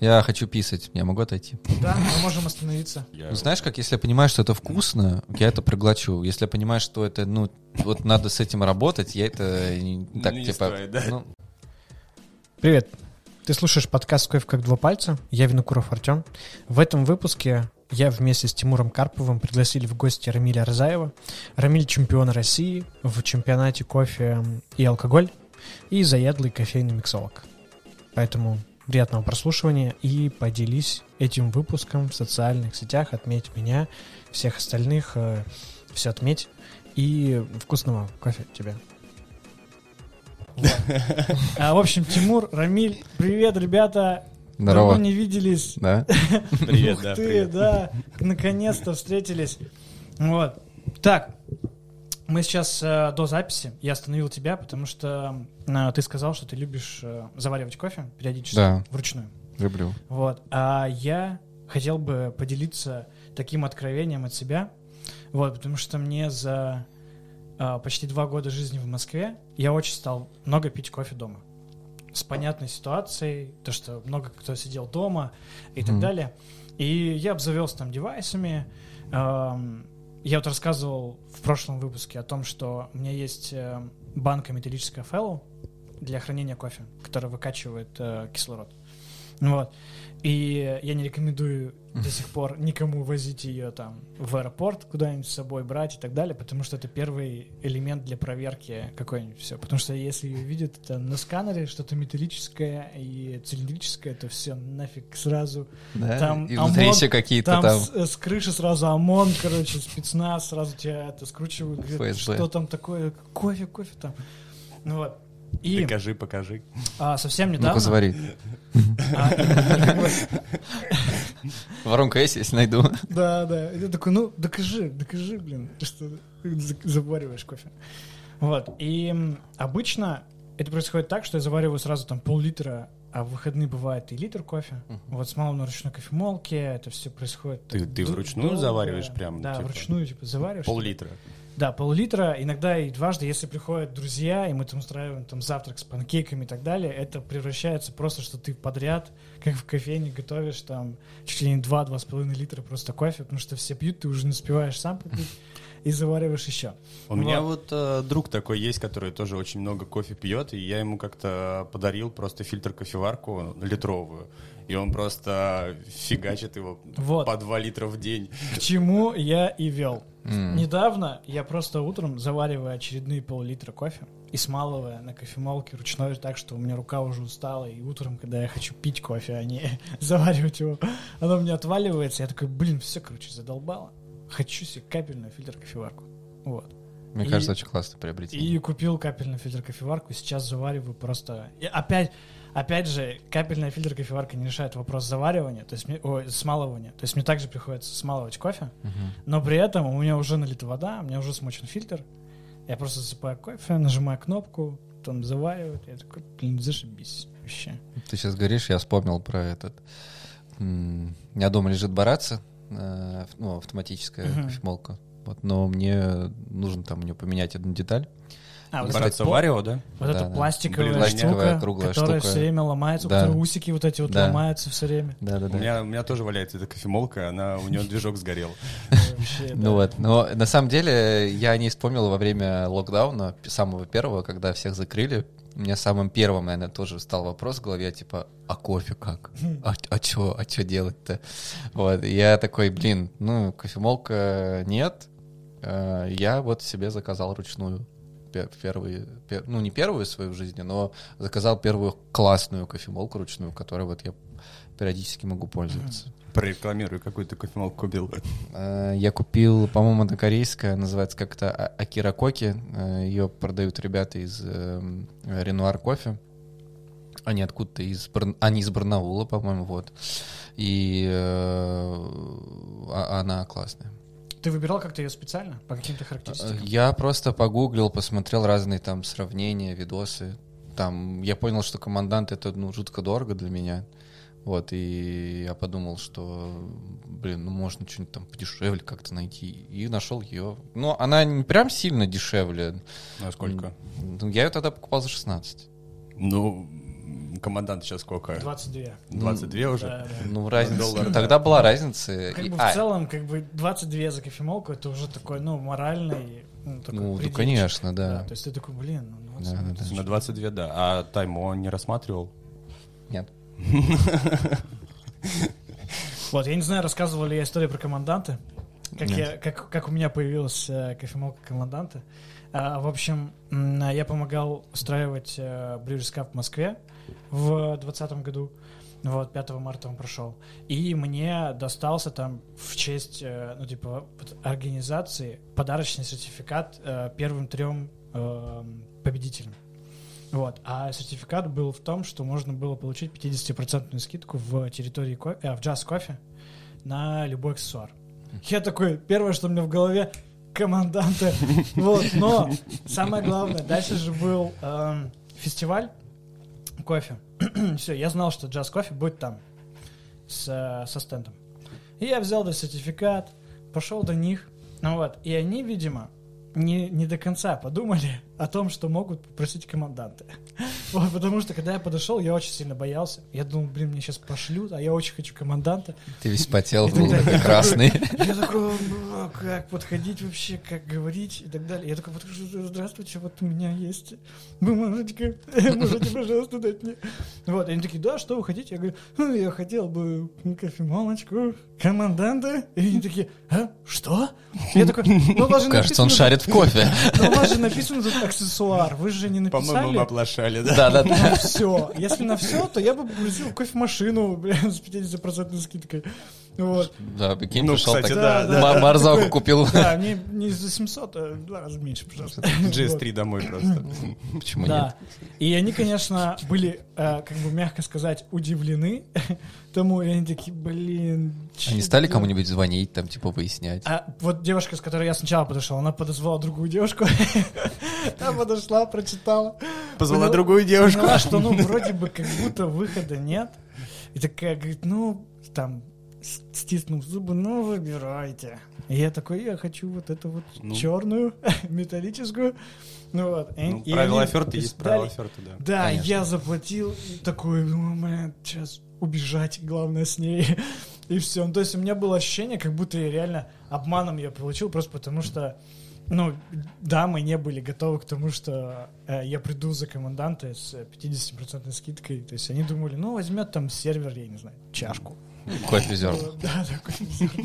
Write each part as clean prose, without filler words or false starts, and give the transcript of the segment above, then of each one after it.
Я хочу писать. Я могу отойти? Да, мы можем остановиться. Ну, знаешь, как если я понимаю, что это вкусно, я это проглочу. Если я понимаю, что это, ну, вот надо с этим работать, я это так, не типа... стоит, да? Ну, Привет. Ты слушаешь подкаст «Кофе как два пальца». Я Винокуров Артем. В этом выпуске я вместе с Тимуром Карповым пригласили в гости Рамиля Арзаева. Рамиль — чемпион России в чемпионате кофе и алкоголь и заядлый кофейный миксолог. Поэтому приятного прослушивания и поделись этим выпуском в социальных сетях, отметь меня, всех остальных, все отметь. И вкусного кофе тебе. Вот. В общем, Тимур, Рамиль, привет, ребята. здорово. Давно не виделись. Да? Привет, Ух да, ты, привет. да, наконец-то встретились. Вот. Так, мы сейчас до записи, я остановил тебя, потому что ты сказал, что ты любишь заваривать кофе периодически, Да. вручную. Люблю. Вот. А я хотел бы поделиться таким откровением от себя, вот, потому что мне за почти 2 года жизни в Москве я очень стал много пить кофе дома. С понятной ситуацией, то, что много кто сидел дома и так далее. И я обзавелся там девайсами. Я вот рассказывал в прошлом выпуске о том, что у меня есть банка металлическая Fellow для хранения кофе, которая выкачивает кислород. Вот. И я не рекомендую до сих пор никому возить ее там в аэропорт, куда-нибудь с собой брать и так далее, потому что это первый элемент для проверки какой-нибудь все. Потому что если ее видят это на сканере что-то металлическое и цилиндрическое, то все нафиг сразу. Да? Там И внутри ОМОН, еще какие-то там... с крыши сразу ОМОН, короче, спецназ, сразу тебя это скручивают, говорят, ФСБ. что там такое, кофе там. Ну вот. И Покажи. совсем Ну-ка, недавно... завари. Воронка есть, если найду. Да. И ты такой, ну, докажи, блин, что ты завариваешь кофе. Вот. И обычно это происходит так, что я завариваю сразу там пол-литра, а в выходные бывает и литр кофе. Вот с малым на ручной кофемолке это все происходит. Ты так вручную долго. завариваешь прям? Да, типа, вручную завариваешь. Пол-литра. Да, пол-литра, иногда и дважды, если приходят друзья, и мы там устраиваем там завтрак с панкейками и так далее, это превращается просто, что ты подряд, как в кофейне, готовишь там чуть ли не 2-2,5 литра просто кофе, потому что все пьют, ты уже не успеваешь сам попить и завариваешь еще. У меня вот друг такой есть, который тоже очень много кофе пьет, и я ему как-то подарил просто фильтр-кофеварку литровую, и он просто фигачит его Вот. по 2 литра в день. К чему я и вел. Недавно я просто утром завариваю очередные пол-литра кофе и смалывая на кофемолке ручной так, что у меня рука уже устала, и утром, когда я хочу пить кофе, а не заваривать его, оно мне отваливается, я такой, блин, все, короче, задолбало. Хочу себе капельную фильтр-кофеварку. Вот. Мне кажется, очень классное приобретение. И купил капельную фильтр-кофеварку, сейчас завариваю просто... И опять же, капельная фильтр-кофеварка не решает вопрос заваривания, то есть смалывания. То есть мне также приходится смалывать кофе, но при этом у меня уже налита вода, у меня уже смочен фильтр. Я просто засыпаю кофе, нажимаю кнопку, там заваривают. Я такой, блин, зашибись вообще. Ты сейчас говоришь, я вспомнил про этот... У меня дома лежит Бараца, автоматическая кофемолка. Вот, но мне нужно там у нее поменять одну деталь. Вот Бараца Варио, да? Вот эта Да. пластиковая Пластиковая, штука, круглая которая штука. все время ломается, Да. у которой усики вот эти вот Да. ломаются все время. Да. У меня тоже валяется эта кофемолка, у нее движок сгорел. Вообще, да. Ну вот, но на самом деле я о ней вспомнил во время локдауна, самого первого, когда всех закрыли. У меня самым первым, наверное, тоже стал вопрос в голове, типа, а кофе как? А чё делать-то? Вот, и я такой, блин, кофемолка нет, я вот себе заказал ручную. Не первую в своей жизни, но заказал первую классную кофемолку ручную, которой вот я периодически могу пользоваться. Прорекламирую, какую ты кофемолку купил. Я купил, по-моему, она корейская, называется как-то Акира Коки. Ее продают ребята из Ренуар Кофе. Они откуда-то они из Барнаула, по-моему, вот. И она классная. Ты выбирал как-то ее специально? По каким-то характеристикам? Я просто погуглил, посмотрел разные там сравнения, видосы. Там я понял, что командант — это жутко дорого для меня. Вот, и я подумал, что, можно что-нибудь там подешевле как-то найти. И нашел ее. Но она не прям сильно дешевле. А сколько? Я ее тогда покупал за 16. командант сейчас сколько? 22. 22 уже? Да, да. Ну, разница. Доллар, Тогда была разница. Как И- бы в целом, как бы 22 за кофемолку, это уже такой, ну, моральный, ну, такой Ну, предельчик. конечно, да. То есть ты такой, блин, ну, 20. Да, да, да. На 22, да. А тайм он не рассматривал? Нет. Вот, я не знаю, рассказывал ли я историю про команданты, Нет. как у меня появилась кофемолка команданта. В общем, я помогал устраивать Brewers Cup в Москве в 2020 году. Вот, 5 марта он прошел. И мне достался там в честь, ну, типа, организации подарочный сертификат первым 3 победителям. Вот. А сертификат был в том, что можно было получить 50% скидку в территории в Just Coffee на любой аксессуар. Я такой, первое, что у меня в голове, команданты. Вот, но самое главное, дальше же был фестиваль кофе. Все, я знал, что Just Coffee будет там со стендом. И я взял сертификат, пошел до них. Ну вот, и они, видимо, не до конца подумали о том, что могут попросить команданты. Вот, потому что, когда я подошел, я очень сильно боялся. Я думал, блин, мне сейчас пошлют, а я очень хочу команданта. Ты весь потел, И был так далее. прекрасный. Я такой, как подходить вообще, как говорить и так далее. Я такой, здравствуйте, вот у меня есть бумажечка, можете, пожалуйста, дать мне. Вот, и они такие, да, что вы хотите? Я говорю, я хотел бы кофемолочку, команданта. И они такие, а, что? Я такой, ну, у вас же Кажется, он написано- шарит в кофе. но у вас же написано тут аксессуар, вы же не По-моему, написали. мы оплошали, да? Да, да, да. На все. Если на все, то я бы попросил кофемашину, блин, с 50% скидкой. Вот. Да, прикинь, Ну, пришел кстати, так. да. Марзаку Такой, купил. Да, мне не за 700, а в 2 раза меньше, пожалуйста. GS3 домой просто. Почему Да. нет? И они, конечно, были, как бы, мягко сказать, удивлены тому, и они такие, блин. Они чё стали за- кому-нибудь звонить, там, типа, выяснять? А вот девушка, с которой я сначала подошел, она подозвала другую девушку. Та подошла, прочитала. Позвала Поняла- другую девушку. Поняла, что, ну, вроде бы как будто выхода нет. И такая говорит, ну, там, стиснув зубы, ну, выбирайте. И я такой, я хочу вот эту вот Ну. черную, металлическую. Ну, вот. Ну, И правила они оферты есть правила дали- оферты, да. Да, Конечно. я заплатил, и такой, ну, блин, сейчас убежать, главное, с ней. И все. Ну, то есть у меня было ощущение, как будто я реально обманом ее получил, просто потому что, ну, дамы не были готовы к тому, что я приду за команданта с 50% скидкой. То есть они думали, ну, возьмет там сервер, я не знаю, чашку. Кофе резерв. Да, такой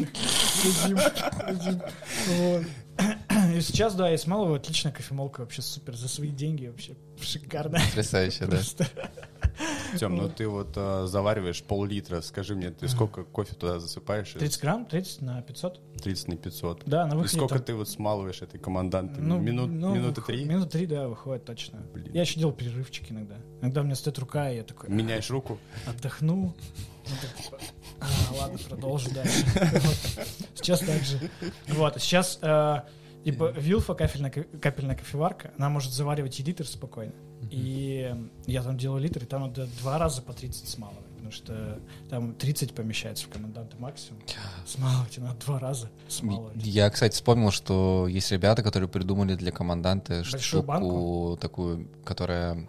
дадим. Вот. И сейчас, да, я смалываю, отличная кофемолка, вообще супер, за свои деньги вообще шикарная. Потрясающе, да. Просто. Тём, ну ты вот завариваешь пол-литра. Скажи мне, ты сколько кофе туда засыпаешь? 30 грамм, 30 на 500. 30 на 500. Да, на И выходе сколько там- ты вот смалываешь этой команданты? Ну, Минуты выход- 3? Минуты 3, да, выходит точно. Блин. Я еще делал перерывчик иногда. Иногда у меня стоит рука, и я такой Меняешь руку? отдохну. Ну, так, типа, ладно, продолжу дальше. Вот. Сейчас так же. Вот, а сейчас типа Вилфа, капельная кофеварка, она может заваривать и литр спокойно. И я там делаю литр, и там надо 2 раза по 30 смалывать. Потому что там 30 помещается в команданты максимум. Смалывать и надо 2 раза смалывать. Я, кстати, вспомнил, что есть ребята, которые придумали для команданта Большую штуку банку? такую, которая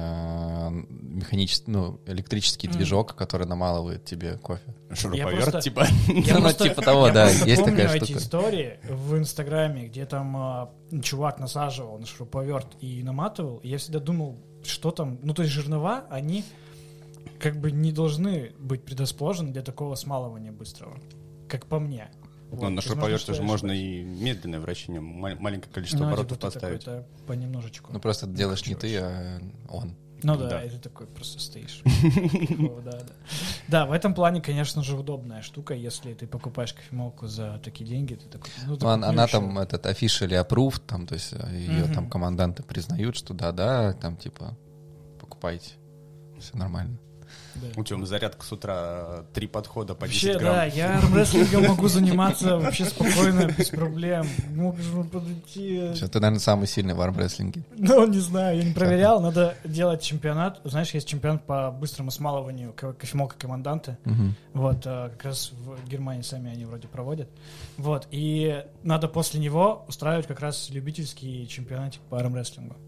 механический, ну, электрический движок, который намалывает тебе кофе. Шуруповерт, просто- типа? Я Ну, просто- типа того, я да, просто есть помню такая эти штука. истории в Инстаграме, где там чувак насаживал на шуруповерт и наматывал. И я всегда думал, что там... Ну, то есть жернова, они как бы не должны быть предрасположены для такого смалывания быстрого. Как по мне. Ну, Вот. на Возможно, шуруповерте что же я можно ошибаюсь. и медленное вращение, маленькое количество Ну, оборотов типа ты поставить. такой-то понемножечку. Ну, просто ты делаешь не хочу ты, а он. Ну да, Да. и ты такой просто стоишь. Кайфово, да, да. Да, в этом плане, конечно же, удобная штука. Если ты покупаешь кофемолку за такие деньги, ты такой, ну, Ну, она купи там, этот, officially approved, там, то есть ее Мгм. там команданты признают, что да-да, там, типа, покупайте. Все нормально. Да. У тебя зарядка с утра 3 подхода по 10 Вообще, грамм. да, я армрестлингом могу заниматься вообще спокойно, без проблем. Можешь подойти. Всё, ты, наверное, самый сильный в армрестлинге. Ну, не знаю, я не проверял. Надо делать чемпионат. Знаешь, есть чемпионат по быстрому смалыванию кофемолка команданта. Мгм. Вот, как раз в Германии сами они вроде проводят. Вот, и надо после него устраивать как раз любительский чемпионатик по армрестлингу.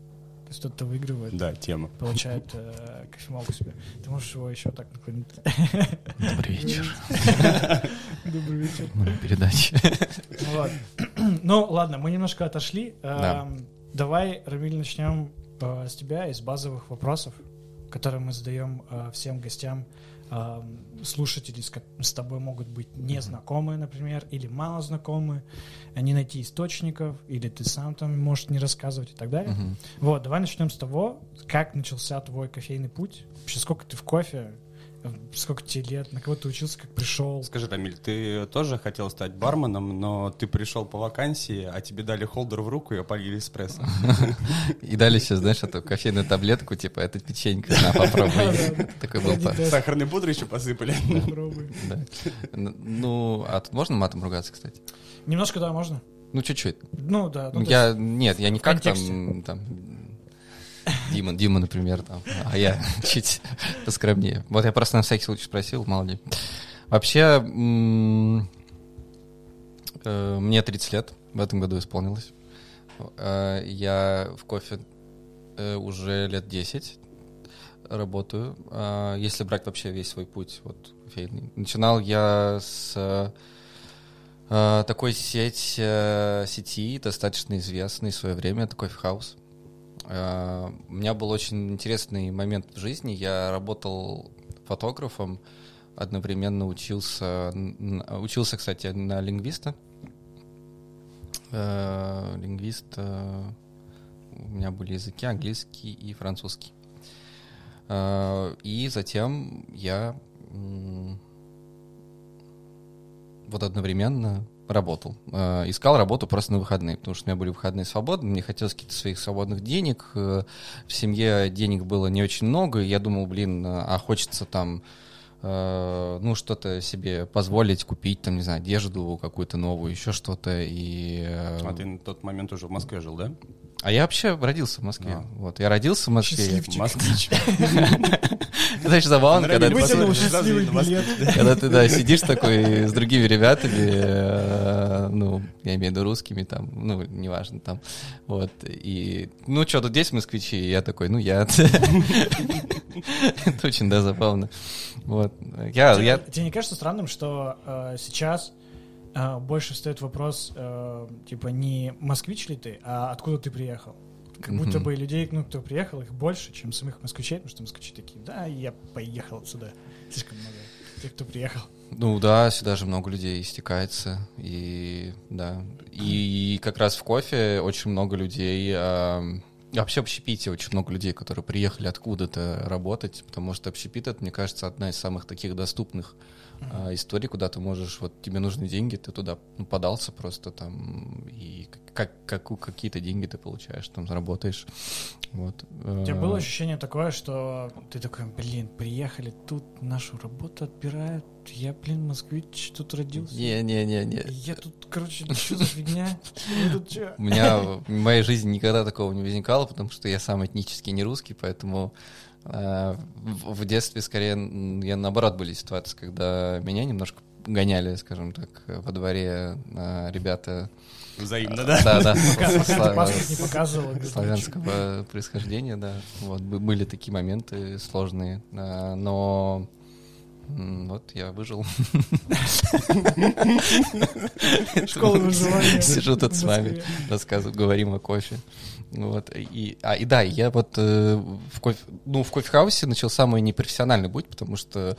То есть тот, кто выигрывает, Да, тема. получает кофемолку себе. Ты можешь его еще так наклонить. Добрый вечер. Добрый вечер. Передача. Вот. Ну, ладно, мы немножко отошли. Да. Давай, Рамиль, начнем с тебя, из базовых вопросов, которые мы задаем всем гостям. Слушатели с тобой могут быть незнакомые, например, или мало знакомые, не найти источников, или ты сам там можешь не рассказывать и так далее. Вот, давай начнем с того, как начался твой кофейный путь. Вообще, сколько ты в кофе, сколько тебе лет, на кого ты учился, как пришел. Скажи, Рамиль, ты тоже хотел стать барменом, но ты пришел по вакансии, а тебе дали холдер в руку и опалили эспрессо. И дали сейчас, знаешь, эту кофейную таблетку, типа, это печенька, на, попробуй. Такой был Сахарный пудр еще посыпали. Попробуй. Да. Ну, а тут можно матом ругаться, кстати? Немножко, да, можно? Ну, чуть-чуть. Ну, да. Ну, Нет, я не в как контексте. там Дима, например, там, а я чуть поскромнее. Вот я просто на всякий случай спросил, мало ли. Вообще, мне 30 лет в этом году исполнилось. Я в кофе уже лет 10 работаю, если брать вообще весь свой путь вот, кофейный. Начинал я с такой сети, достаточно известной в свое время, это Coffee House. У меня был очень интересный момент в жизни. Я работал фотографом, одновременно учился, кстати, на лингвиста. Лингвист, у меня были языки английский и французский. И затем я вот одновременно работал. Искал работу просто на выходные, потому что у меня были выходные свободные, мне хотелось каких-то своих свободных денег, в семье денег было не очень много, и я думал, а хочется там, что-то себе позволить купить, там, не знаю, одежду какую-то новую, еще что-то. А ты на тот момент уже в Москве жил, да? А я вообще родился в Москве. Вот, я родился в Москве. Счастливчик. Москвич. Это очень забавно, когда ты Вытянул счастливый билет. когда ты, да, сидишь такой с другими ребятами, я имею в виду русскими, там, неважно, там, вот, и, что, тут есть москвичи? И я такой, я. Это очень, да, забавно. Вот. Тебе не кажется странным, что сейчас больше встает вопрос, не москвич ли ты, а откуда ты приехал? Как будто бы людей, кто приехал, их больше, чем самих москвичей, потому что москвичи такие, да, я поехал отсюда. Слишком много тех, кто приехал. Да, сюда же много людей стекается, и да. И как раз в кофе очень много людей, вообще в общепите очень много людей, которые приехали откуда-то работать, потому что общепит — это, мне кажется, одна из самых таких доступных историй, куда ты можешь, вот тебе нужны деньги, ты туда подался просто там, и какие-то деньги ты получаешь, там заработаешь. Вот. У тебя было ощущение такое, что ты такой, приехали тут, нашу работу отбирают, я, москвич, тут родился. Не. Я тут, что за фигня? У меня в моей жизни никогда такого не возникало, потому что я сам этнически не русский, поэтому в детстве скорее я наоборот были ситуации, когда меня немножко гоняли, скажем так, во дворе ребята. Взаимно, да? Да. Паспорт не показывал. Славянского происхождения, да. Вот, были такие моменты сложные, но вот я выжил. Школа выживания. Сижу тут с вами, рассказываю, говорим о кофе. Вот. Я вот в кофе-хаусе начал самый непрофессиональный путь, потому что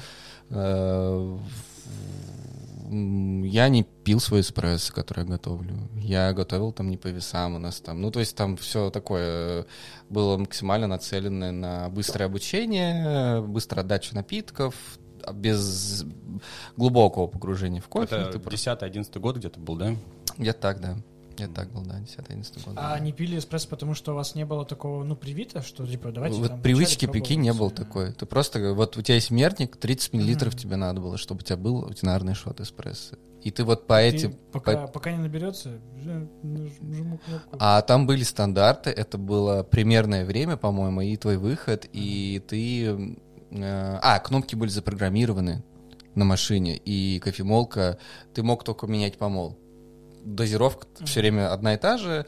я не пил свой эспрессо, который я готовлю. Я готовил там не по весам у нас там. То есть там все такое было максимально нацеленное на быстрое обучение, быструю отдачу напитков, без глубокого погружения в кофе. Это 10-11 год где-то был, да? Где-то так, да. Я так был, да, 10-11 год. А не пили эспрессо, потому что у вас не было такого, привито, что, давайте вот там... привычки, прикинь, не было такой. Ты просто, вот у тебя есть мерник, 30 миллилитров тебе надо было, чтобы у тебя был одинарный шот эспрессо. И ты вот по этим... Пока не наберется, жму кнопку. А там были стандарты, это было примерное время, по-моему, и твой выход, и ты... кнопки были запрограммированы на машине, и кофемолка, ты мог только менять помол. Дозировка все время одна и та же,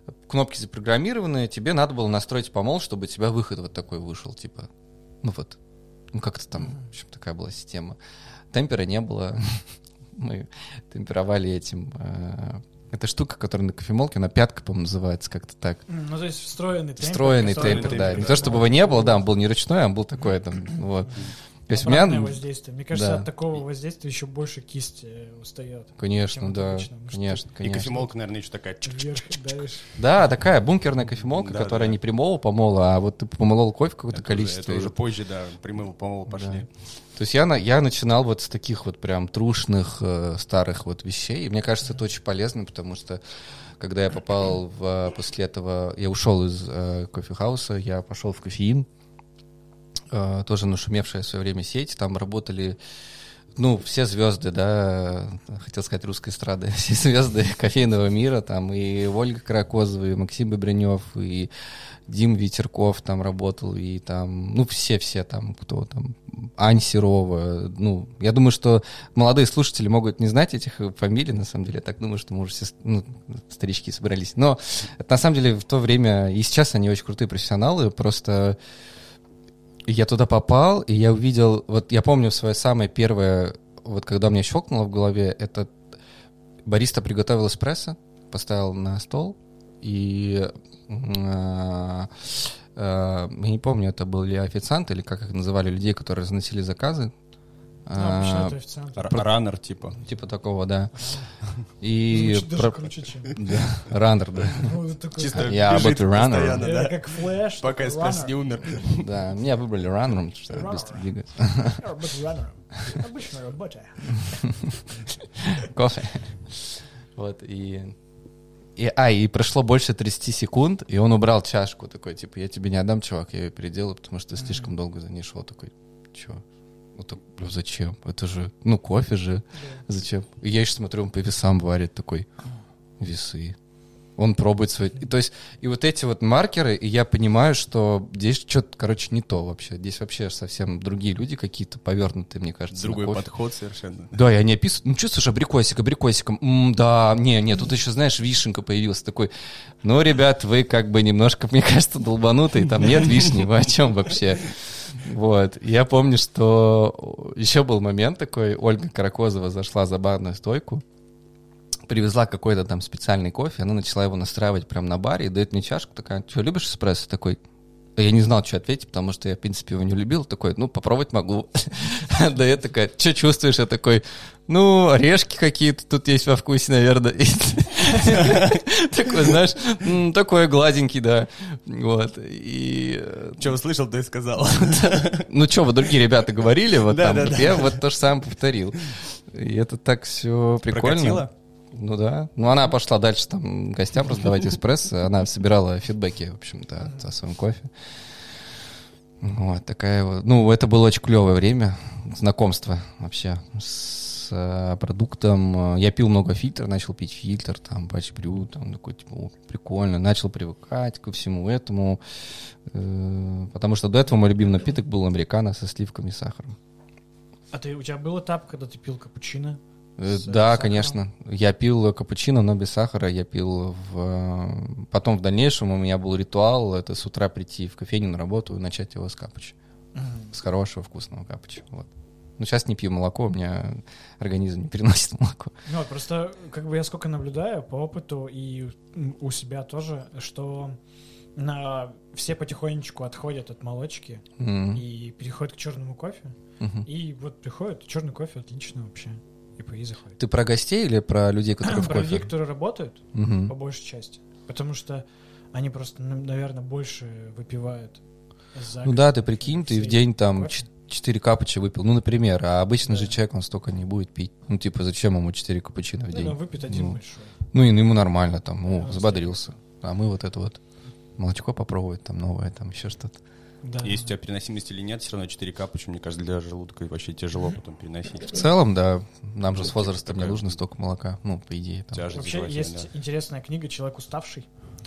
кнопки запрограммированные, тебе надо было настроить помол, чтобы у тебя выход вот такой вышел, типа, ну вот, ну как-то там, в общем, такая была система. Темпера не было, мы темперовали этим... Это штука, которая на кофемолке, она пятка, по-моему, называется, как-то так. Ну, то есть встроенный темпер. Встроенный темпер, да. Не то, чтобы его не было, да, он был не ручной, он был такой там, вот. То есть у Обратное меня... воздействие. Мне кажется, Да. от такого воздействия еще больше кисть устает. Конечно, чем да, обычно. Потому что конечно, И конечно. кофемолка, наверное, еще такая... Вверх давишь. Да, такая бункерная кофемолка, Да, которая да. не прямого помола, а вот ты помолол кофе какое-то Это количество. уже и- позже, да, примыл, помол, пошли. То есть я начинал вот с таких вот прям трушных старых вот вещей. И мне кажется, это очень полезно, потому что когда я попал после этого, я ушел из кофехауса, я пошел в кофеин, тоже нашумевшая в свое время сеть, там работали, ну, все звезды, да, хотел сказать русской эстрады, все звезды кофейного мира, там и Ольга Каракозова, и Максим Бобренев, и Дим Ветерков там работал, и там, ну, все там, кто там, Ань Серова, ну, я думаю, что молодые слушатели могут не знать этих фамилий, на самом деле, я так думаю, что мы уже все, ну, старички собрались, но это, на самом деле в то время, и сейчас они очень крутые профессионалы, просто я туда попал, и я увидел, вот я помню свое самое первое, вот когда мне щелкнуло в голове, это бариста приготовил эспрессо, поставил на стол, и я не помню, это был ли официант, или как их называли, людей, которые разносили заказы. Ну, обычно это официант. Раннер, типа. Типа такого, да. И Звучит даже круче, чем... Да, раннер, да. Ну, такой, Чисто Я бежит об runner. постоянно, это да. как флэш. Пока такой эспресс runner. не умер. Да, меня выбрали раннером, потому что я Runner. быстро двигаюсь. Я работаю runner. Обычная работа. Кофе. Вот, и прошло больше 30 секунд, и он убрал чашку, такой, типа, я тебе не отдам, чувак, я ее переделаю, потому что ты слишком долго за ней шел, такой, чё? Вот так, «Ну, зачем? Это же, ну, кофе же, зачем? И я еще смотрю, он по весам варит, такой, весы. Он пробует свои... То есть, и вот эти вот маркеры, и я понимаю, что здесь что-то, короче, не то вообще. Здесь вообще совсем другие люди какие-то повернутые, мне кажется, на Другой кофе. подход совершенно. Да, и они описывают, ну, чувствуешь, абрикосиком, да, не, тут еще, знаешь, вишенка появилась, такой, ну, ребят, вы как бы немножко, мне кажется, долбанутые, там нет вишни, вы о чем вообще? Вот, я помню, что еще был момент такой, Ольга Каракозова зашла за барную стойку, привезла какой-то там специальный кофе, она начала его настраивать прямо на баре и дает мне чашку, такая, что, любишь эспрессо? Такой, я не знал, что ответить, потому что я, в принципе, его не любил. Такой, ну, попробовать могу. Да я такая, что чувствуешь? Я такой, ну, орешки какие-то тут есть во вкусе, наверное. Такой, знаешь, такой гладенький, да. Вот. И... Что услышал, то и сказал. Ну, что, вот другие ребята говорили, вот Да, там, да, вот да. я вот то же самое повторил. И это так все прикольно. Прокатило? Ну да. Ну она пошла дальше там гостям раздавать эспрессо. Она собирала фидбэки, в общем-то, о своем кофе. Вот такая вот. Ну, это было очень клевое время. Знакомство вообще с продуктом. Я пил много фильтр, начал пить фильтр, там, патч-брю, там, такой, типа, о, прикольно. Начал привыкать ко всему этому. Потому что до этого мой любимый напиток был американо со сливками и сахаром. А у тебя был этап, когда ты пил капучино? С Да, сахаром? конечно. Я пил капучино, но без сахара. Я пил потом в дальнейшем у меня был ритуал, это с утра прийти в кофейню на работу и начать его с капучи. С хорошего вкусного капучи. Вот. Ну, сейчас не пью молоко, у меня организм не переносит молоко. Ну, вот просто, как бы я сколько наблюдаю по опыту и у себя тоже, что все потихонечку отходят от молочки и переходят к черному кофе. И вот приходит черный кофе, отлично вообще. И по заходит. Ты про гостей или про людей, которые в Про людей, кофе? которые работают, Мгм. по большей части. Потому что они просто, наверное, больше выпивают за Ну да, ты прикинь, ты в день там кофе. 4 капучи выпил, ну, например, а обычный Да. же человек, он столько не будет пить. Ну, типа, зачем ему 4 капучино в Ну, день? да, выпит один Ну, большой. Ну, и ему нормально, там, Да, взбодрился. А мы вот это вот молочко попробовать, там, новое, там, еще что-то. Да. Есть у тебя переносимость или нет, все равно 4 капучи, мне кажется, для желудка вообще тяжело потом переносить. В целом, да, нам же с Типа возрастом не такая нужно столько молока, ну, по идее. Там. Тяжесть Вообще животе, есть да. интересная книга «Человек уставший».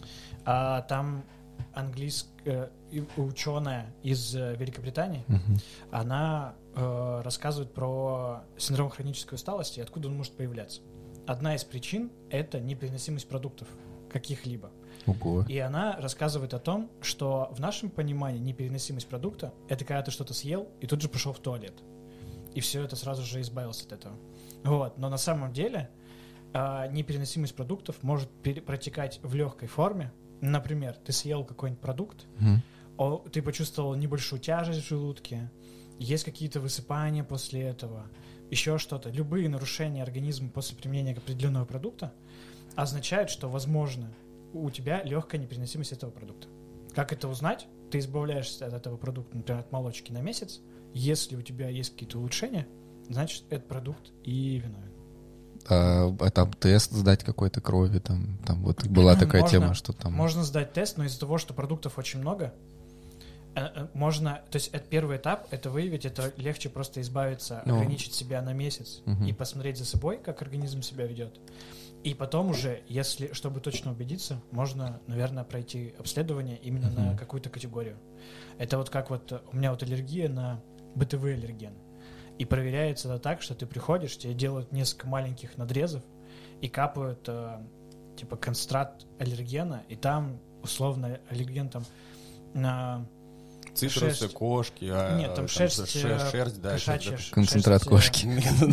Там английская ученая из Великобритании, Мгм. она рассказывает про синдром хронической усталости и откуда он может появляться. Одна из причин — это непереносимость продуктов каких-либо. Ого. И она рассказывает о том, что в нашем понимании непереносимость продукта — это когда ты что-то съел и тут же пошел в туалет. И все это сразу же избавился от этого. Вот. Но на самом деле непереносимость продуктов может протекать в легкой форме. Например, ты съел какой-нибудь продукт, ты почувствовал небольшую тяжесть в желудке, есть какие-то высыпания после этого, еще что-то. Любые нарушения организма после применения определенного продукта означают, что, возможно, у тебя легкая непереносимость этого продукта. Как это узнать? Ты избавляешься от этого продукта, например, от молочки на месяц. Если у тебя есть какие-то улучшения, значит, этот продукт и виновен. А там тест сдать какой-то крови, там вот была такая тема, что там... Можно сдать тест, но из-за того, что продуктов очень много, можно... То есть это первый этап, это выявить, это легче просто избавиться, ограничить себя на месяц и посмотреть за собой, как организм себя ведет. И потом уже, если, чтобы точно убедиться, можно, наверное, пройти обследование именно на какую-то категорию. Это вот как вот у меня вот аллергия на бытовые аллергены. И проверяется это так, что ты приходишь, тебе делают несколько маленьких надрезов и капают типа концентрат аллергена, и там условно аллерген там на цитрусы, шерсть. Кошки, нет, там шерсть, да, кошачья, концентрат кошки.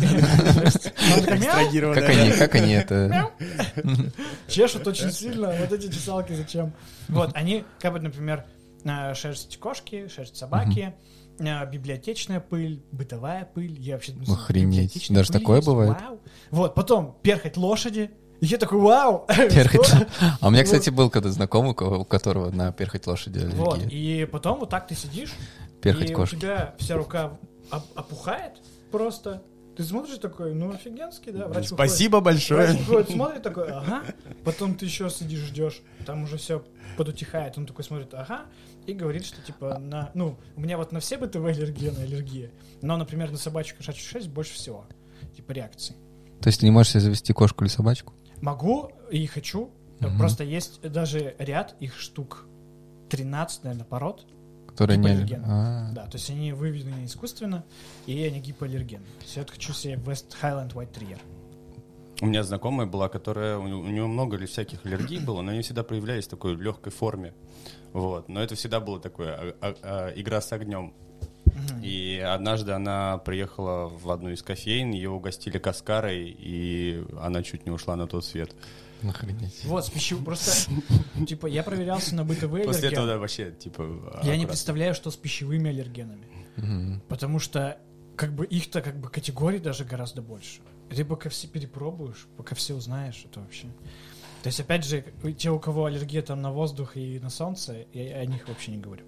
Как они это... Чешут очень сильно, вот эти чесалки зачем? Вот, они капают, например, на шерсть кошки, шерсть собаки, библиотечная пыль, бытовая пыль. Я вообще думаю, охренеть. Даже такое есть, бывает? Вау. Вот, потом перхоть лошади. И я такой, вау! Перхоть. А у меня, кстати, был когда знакомый, у которого на перхоть лошади аллергия. Вот, и потом вот так ты сидишь, перхоть и кошки. у тебя вся рука опухает просто. Ты смотришь такой, ну офигенский, да? Врач Спасибо большое. Врач выходит, смотрит такой, ага. Потом ты еще сидишь, ждешь, там уже все подутихает. Он такой смотрит, ага, и говорит, что типа у меня вот на все бытовые аллергия, но, например, на собачью кошачью шерсть больше всего, типа реакций. То есть ты не можешь себе завести кошку или собачку? Могу и хочу. Просто есть даже ряд, их штук 13, наверное, пород, которые гипоаллергены. Да, то есть они выведены искусственно, и они гипоаллергены. Я хочу себе West Highland White Terrier. У меня знакомая была, которая... У нее много ли всяких аллергий было, но они всегда проявлялись в такой легкой форме. Вот. Но это всегда была такая игра с огнем. И однажды она приехала в одну из кофеин, ее угостили каскарой, и она чуть не ушла на тот свет. Охренеть. Вот, с пищевым, просто, типа, я проверялся на бытовые После аллергены. этого, да, вообще, типа... Я не представляю, что с пищевыми аллергенами. Потому что, как бы, их-то, как бы, категорий даже гораздо больше. Ты пока все перепробуешь, пока все узнаешь, это вообще... То есть, опять же, те, у кого аллергия там на воздух и на солнце, я о них вообще не говорю.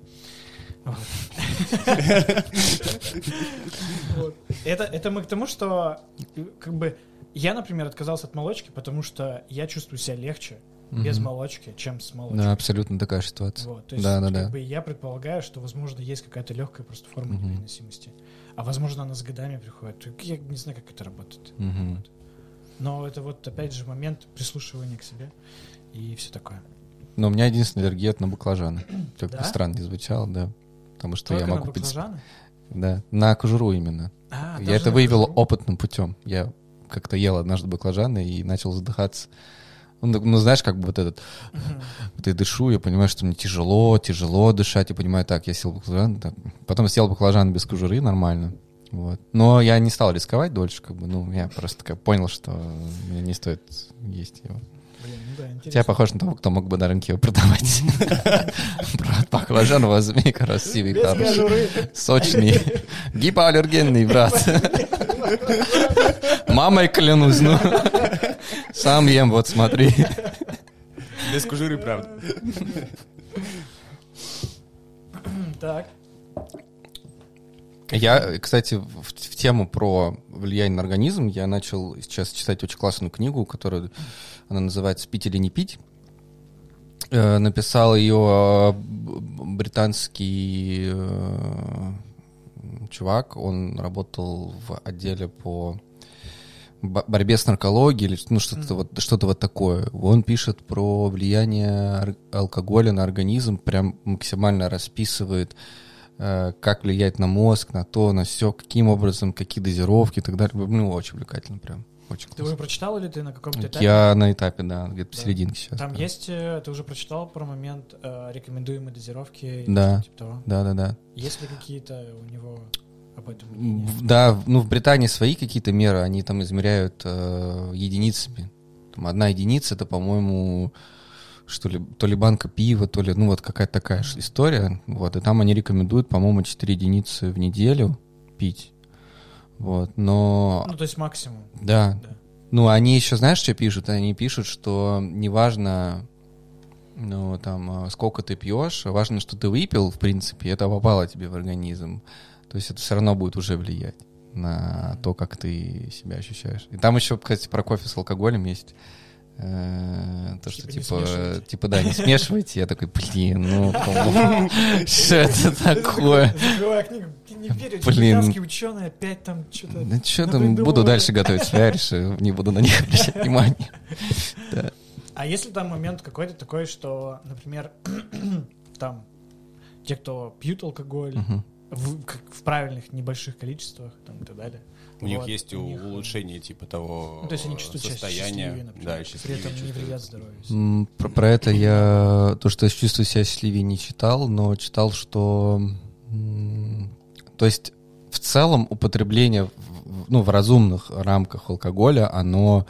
Это мы к тому, что, как бы, я, например, отказался от молочки, потому что я чувствую себя легче без молочки, чем с молочкой. Да, абсолютно такая ситуация. Вот, то есть, как бы, я предполагаю, что, возможно, есть какая-то легкая просто форма непереносимости. А возможно, она с годами приходит. Я не знаю, как это работает. Вот. Но это вот, опять же, момент прислушивания к себе и все такое. Но у меня единственная аллергия — это на баклажаны. Как бы Да? странно не звучало, да. Потому что Только я могу на баклажаны? Да, на кожуру именно. Я Я это выявил опытным путем. Я как-то ел однажды баклажаны и начал задыхаться. Ну, знаешь, как бы вот этот... Вот я дышу, я понимаю, что мне тяжело дышать. Я понимаю, так, я съел баклажан. Так. Потом съел баклажан без кожуры, нормально. Вот. Но я не стал рисковать дольше, как бы, я просто понял, что мне не стоит есть его. Блин, да, интересно. Я похож на того, кто мог бы на рынке его продавать. Брат, баклажан возьми, красивый, хороший, сочный, гипоаллергенный, брат. Мамой клянусь, сам ем, вот смотри. Без кожуры, правда. Так. Я, кстати, в тему про влияние на организм я начал сейчас читать очень классную книгу, которая, она называется «Пить или не пить». Написал ее британский чувак, он работал в отделе по борьбе с наркологией или что-то вот такое. Он пишет про влияние алкоголя на организм, прям максимально расписывает как влияет на мозг, на то, на все, каким образом, какие дозировки и так далее. Ну, очень увлекательно прям. Очень Ты классно. уже прочитал или ты на каком-то этапе? Я на этапе, да, где-то Да. посерединке сейчас. Там да. есть, ты уже прочитал про момент рекомендуемой дозировки? Да. Типа того? Да. Есть ли какие-то у него об этом мнения? Да, ну в Британии свои какие-то меры, они там измеряют единицами. Там 1 единица, это, по-моему, что ли, то ли банка пива, то ли, ну вот какая-то такая же история. Вот, и там они рекомендуют, по-моему, 4 единицы в неделю пить. Вот, но... Ну, то есть максимум. Да. Да. Ну, они еще, знаешь, что пишут? Они пишут, что неважно, ну, там, сколько ты пьешь, важно, что ты выпил, в принципе, это попало тебе в организм. То есть это все равно будет уже влиять на то, как ты себя ощущаешь. И там еще, кстати, про кофе с алкоголем есть. То, что не смешивайте. типа, да, не смешивайте. Я такой, блин, ну, что это такое? Закрываю книгу, ты не веришь, Блин. американские ученые опять там что-то... Да что там, напридумывали. буду дальше готовить фляриши, не буду на них обращать внимание. Да. А если там момент какой-то такой, что, например, там те, кто пьют алкоголь Мгм. в правильных небольших количествах там, и так далее. У них вот, есть у них, улучшение типа того ну, то есть они чувствуют себя состояния. счастливее, например, Да, при счастливее этом не чувствуют. вредят здоровью. Про это я, то, что я чувствую себя счастливее, не читал, но читал, что, то есть в целом употребление в разумных рамках алкоголя, оно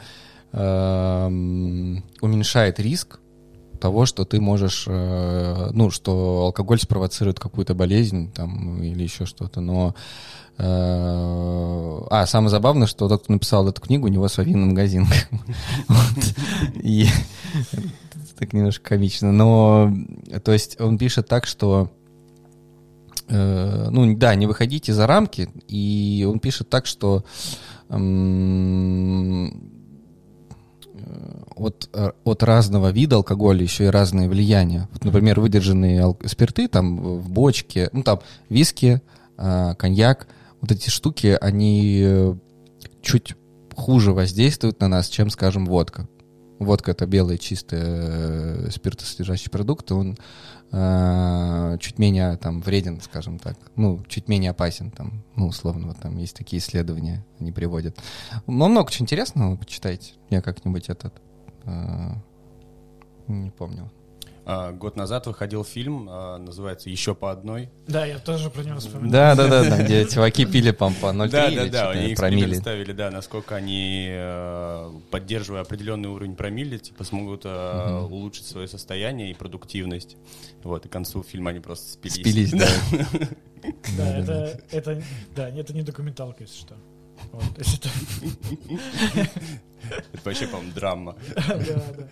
уменьшает риск того, что ты можешь, что алкоголь спровоцирует какую-то болезнь там или еще что-то, но самое забавное, что тот, кто написал эту книгу, у него свой магазин. И так немножко комично. Но, то есть, он пишет так, что не выходите за рамки, и он пишет так, что от разного вида алкоголя еще и разные влияния. Вот, например, выдержанные спирты там в бочке, там виски, коньяк, вот эти штуки, они чуть хуже воздействуют на нас, чем, скажем, водка. Водка — это белый чистый спиртосодержащий продукт, он чуть менее там вреден, скажем так, чуть менее опасен, там, условно, вот там есть такие исследования, они приводят. Но много чего интересного, почитайте. Я как-нибудь не помню. Год назад выходил фильм, называется «Еще по одной». Да, я тоже про него вспоминаю. Да, где чуваки пили по 0,3 или Да, они что-то, промилле. эксперимент ставили, да, насколько они, поддерживая определенный уровень промилле, типа, смогут улучшить свое состояние и продуктивность. Вот, и к концу фильма они просто спились. Спились, да. Да, это не документалка, если что. Вот, то есть это... Это вообще, по-моему, драма. Да.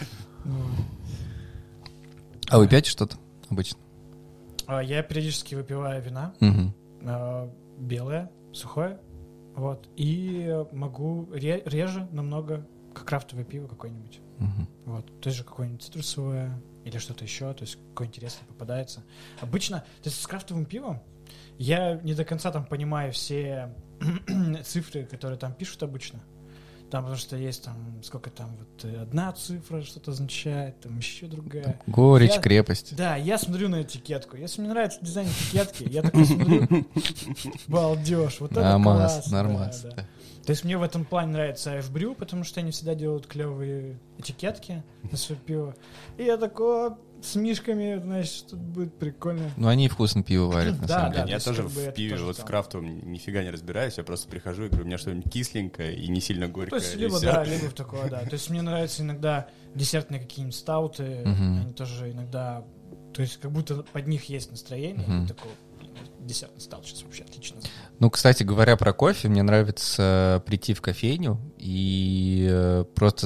А вы пьете что-то обычно? Я периодически выпиваю вина, Мгм. белое, сухое, вот, и могу реже намного, как крафтовое пиво какое-нибудь, Мгм. вот, то есть же какое-нибудь цитрусовое или что-то еще, то есть какое интересное попадается. Обычно, то есть с крафтовым пивом я не до конца там понимаю все цифры, которые там пишут обычно. Там, потому что есть там, сколько там, вот одна цифра что-то означает, там еще другая. Горечь, Я- крепость. Да, я смотрю на этикетку. Если мне нравится дизайн этикетки, я такой смотрю, балдеж, вот это Нормас, класс. нормас. Да. То есть мне в этом плане нравится F-Brew, потому что они всегда делают клевые этикетки на свое пиво. И я такой, с мишками, значит, тут будет прикольно. Ну, они вкусно пиво варят, на Да, самом да. деле. Я есть, тоже как бы, в это пиве, тоже вот в там. крафтовом нифига не разбираюсь, я просто прихожу и говорю, у меня что-нибудь кисленькое и не сильно То горькое. есть и либо всё. да, либо в такое, да. То есть мне нравятся иногда десертные какие-нибудь стауты, Мгм. они тоже иногда, то есть как будто под них есть настроение, Мгм. и такой, блин, десертный стаут сейчас вообще отлично. Ну, кстати, говоря про кофе, мне нравится прийти в кофейню и просто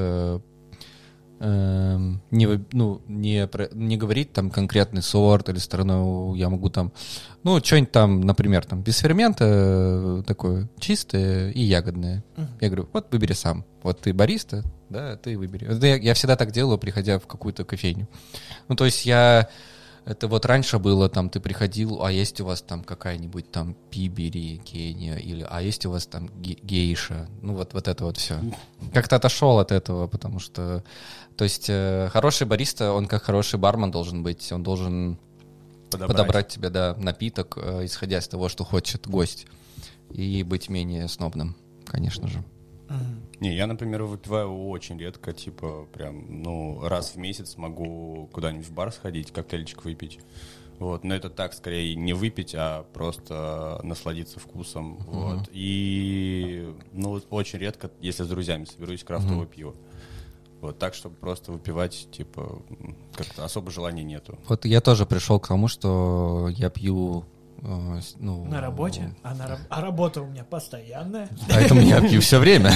не говорить там конкретный сорт или сторону, я могу там, что-нибудь там, например, там без фермента такое чистое и ягодное. Мгм. Я говорю, вот выбери сам. Вот ты бариста, да, ты выбери. Это я всегда так делаю, приходя в какую-то кофейню. То есть это вот раньше было, там, ты приходил, а есть у вас там какая-нибудь там Пибери, Кения, а есть у вас там гейша, вот это вот все. Как-то отошел от этого, потому что, то есть, хороший бариста, он как хороший бармен должен быть, он должен подобрать тебе, да, напиток, исходя из того, что хочет гость, и быть менее снобным, конечно же. Не, я, например, выпиваю очень редко, типа, прям, раз в месяц могу куда-нибудь в бар сходить, коктейльчик выпить. Вот, но это так, скорее, не выпить, а просто насладиться вкусом. Вот. И, очень редко, если с друзьями соберусь, крафтовое пиво. Вот так, чтобы просто выпивать, типа, как-то особо желания нету. Вот я тоже пришел к тому, что я пью... на работе, а работа у меня постоянная. Поэтому я пью все время.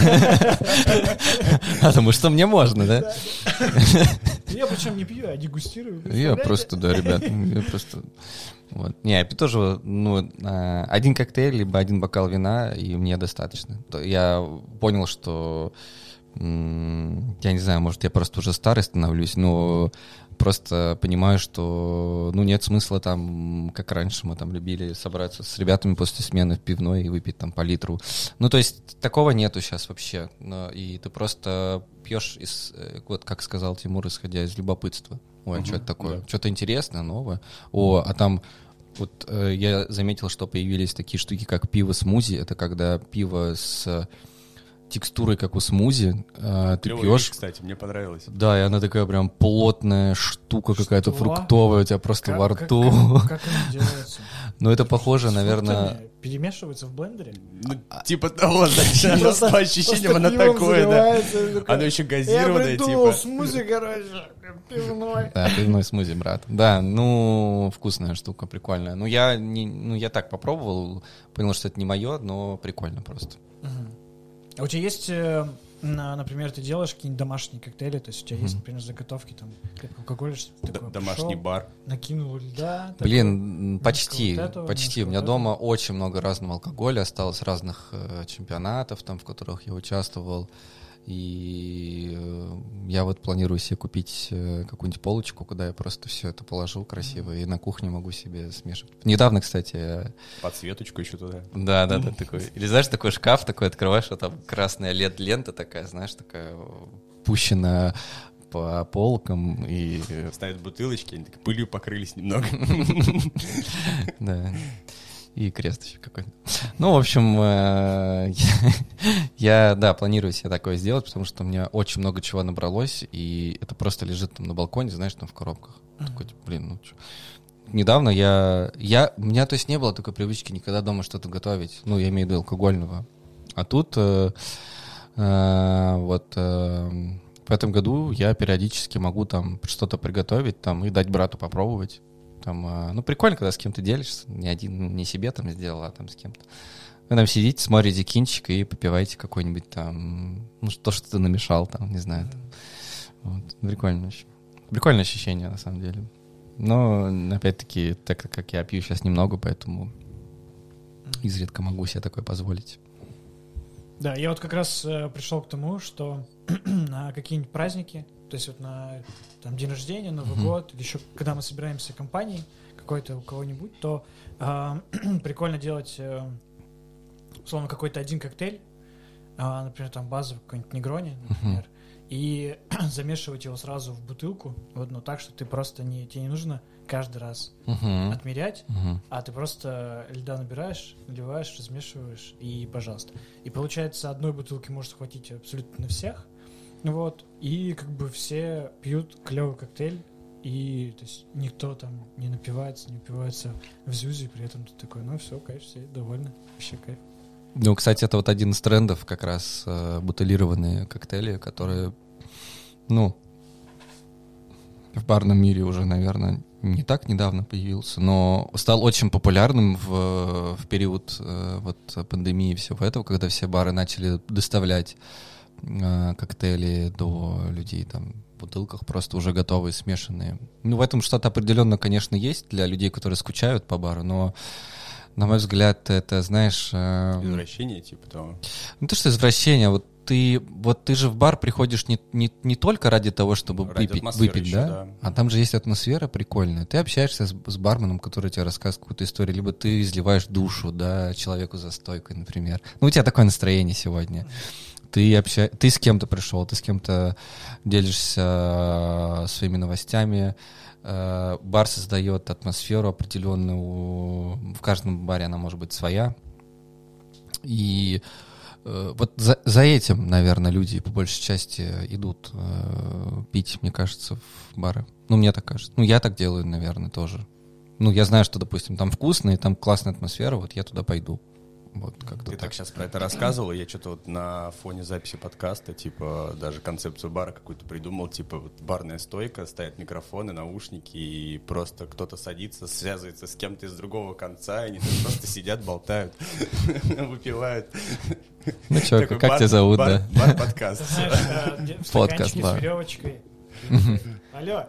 Потому что мне можно, да? Я причем не пью, а дегустирую. Я просто, да, ребят, я просто... Вот. Не, я пью тоже, один коктейль, либо один бокал вина, и мне достаточно. Я понял, что... Я не знаю, может, я просто уже старый становлюсь, но просто понимаю, что, нет смысла там, как раньше мы там любили собраться с ребятами после смены в пивной и выпить там по литру. То есть такого нету сейчас вообще. И ты просто пьешь, вот как сказал Тимур, исходя из любопытства. Ой, что это такое? Да. Что-то интересное, новое. А там... Вот я заметил, что появились такие штуки, как пиво-смузи. Это когда пиво с... текстурой, как у смузи, ты пьешь. Кстати, мне понравилось. Да, и она такая прям плотная штука какая-то фруктовая, у тебя просто во рту. Как она делается? Это похоже, наверное... Перемешивается в блендере? Типа того, по ощущениям она такое, да. Оно еще газированное, типа. Я придумал смузи, короче, пивной. Да, пивной смузи, брат. Да, вкусная штука, прикольная. Я так попробовал, понял, что это не мое, но прикольно просто. А у тебя есть, например, ты делаешь какие-нибудь домашние коктейли, то есть у тебя есть, например, заготовки, там, алкоголь, что-то такое? Домашний бар. Накинул льда. Блин, почти. У меня дома очень много разного алкоголя осталось, разных чемпионатов, там, в которых я участвовал. И я вот планирую себе купить какую-нибудь полочку, куда я просто все это положу красиво, и на кухне могу себе смешивать. Недавно, кстати... Подсветочку еще туда. Да, такой. Или знаешь, такой шкаф такой открываешь, а там красная LED-лента такая, знаешь, такая пущена по полкам и... Ставят бутылочки, они так пылью покрылись немного. Да. И крест еще какой-то. В общем, я планирую себе такое сделать, потому что у меня очень много чего набралось, и это просто лежит там на балконе, знаешь, там в коробках. Такой, блин, что. Недавно у меня, то есть, не было такой привычки никогда дома что-то готовить. Я имею в виду алкогольного. А тут в этом году я периодически могу там что-то приготовить там и дать брату попробовать. Там, прикольно, когда с кем-то делишься, не себе там сделал, а там с кем-то. Вы там сидите, смотрите кинчик и попиваете какой-нибудь там, то, что ты намешал там, не знаю. Там. Вот. Прикольно очень. Прикольное ощущение, на самом деле. Но, опять-таки, так как я пью сейчас немного, поэтому изредка могу себе такое позволить. Да, я вот как раз пришел к тому, что на какие-нибудь праздники, то есть вот на там, день рождения, Новый год, или еще когда мы собираемся компанией какой-то у кого-нибудь, то прикольно делать, условно, какой-то один коктейль, например, там базовый какой-нибудь негрони, например, и замешивать его сразу в бутылку, вот, но так, что ты просто тебе не нужно каждый раз отмерять, а ты просто льда набираешь, наливаешь, размешиваешь, и пожалуйста. И получается, одной бутылки может хватить абсолютно на всех, вот, и как бы все пьют клевый коктейль, и то есть никто там не напивается, не упивается в зюзе, и при этом ты такой, все, кайф, все довольны, вообще кайф. Кстати, это вот один из трендов, как раз бутылированные коктейли, которые, в барном мире уже, наверное, не так недавно появился, но стал очень популярным в период пандемии и всего этого, когда все бары начали доставлять коктейли до людей там в бутылках, просто уже готовые, смешанные. В этом что-то определенно, конечно, есть для людей, которые скучают по бару, но, на мой взгляд, это, знаешь... Извращение, типа того. Не то, что извращение, ты же в бар приходишь не только ради того, чтобы выпить, еще, да? А там же есть атмосфера прикольная. Ты общаешься с барменом, который тебе рассказывает какую-то историю, либо ты изливаешь душу, да, человеку за стойкой, например. У тебя такое настроение сегодня. Ты с кем-то пришел, ты с кем-то делишься своими новостями. Бар создает атмосферу определенную. В каждом баре она может быть своя. И вот за этим, наверное, люди по большей части идут пить, мне кажется, в бары. Ну, мне так кажется. Ну, я так делаю, наверное, тоже. Ну, я знаю, что, допустим, там вкусно, и там классная атмосфера, вот я туда пойду. Вот как-то Ты так сейчас про это рассказывал, и я что-то вот на фоне записи подкаста, типа, даже концепцию бара какую-то придумал, типа, вот барная стойка, стоят микрофоны, наушники, и просто кто-то садится, связывается с кем-то из другого конца, и они там просто сидят, болтают, выпивают. Ну что, как тебя зовут, да? Бар-подкаст. Стаканчики с веревочкой. Алло.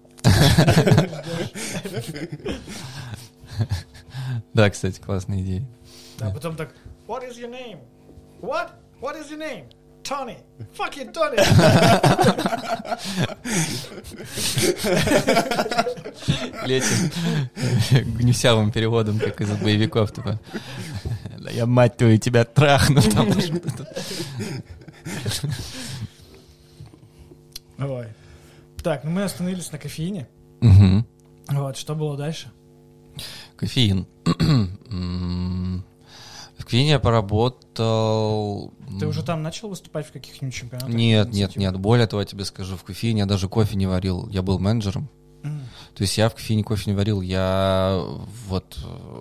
Да, кстати, классная идея. А потом так, what is your name? What? What is your name? Tony. Fuck you, Tony. Летим гнусявым переводом, как из боевиков, типа. Да я, мать твою, тебя трахну. Там Ой. Так, ну мы остановились на кофеине. Мгм. Вот, что было дальше? Кофеин. В кофеине я поработал... Ты уже там начал выступать в каких-нибудь чемпионатах? Нет. Более того, я тебе скажу, в кофейне я даже кофе не варил. Я был менеджером. То есть я в кофейне кофе не варил. Я вот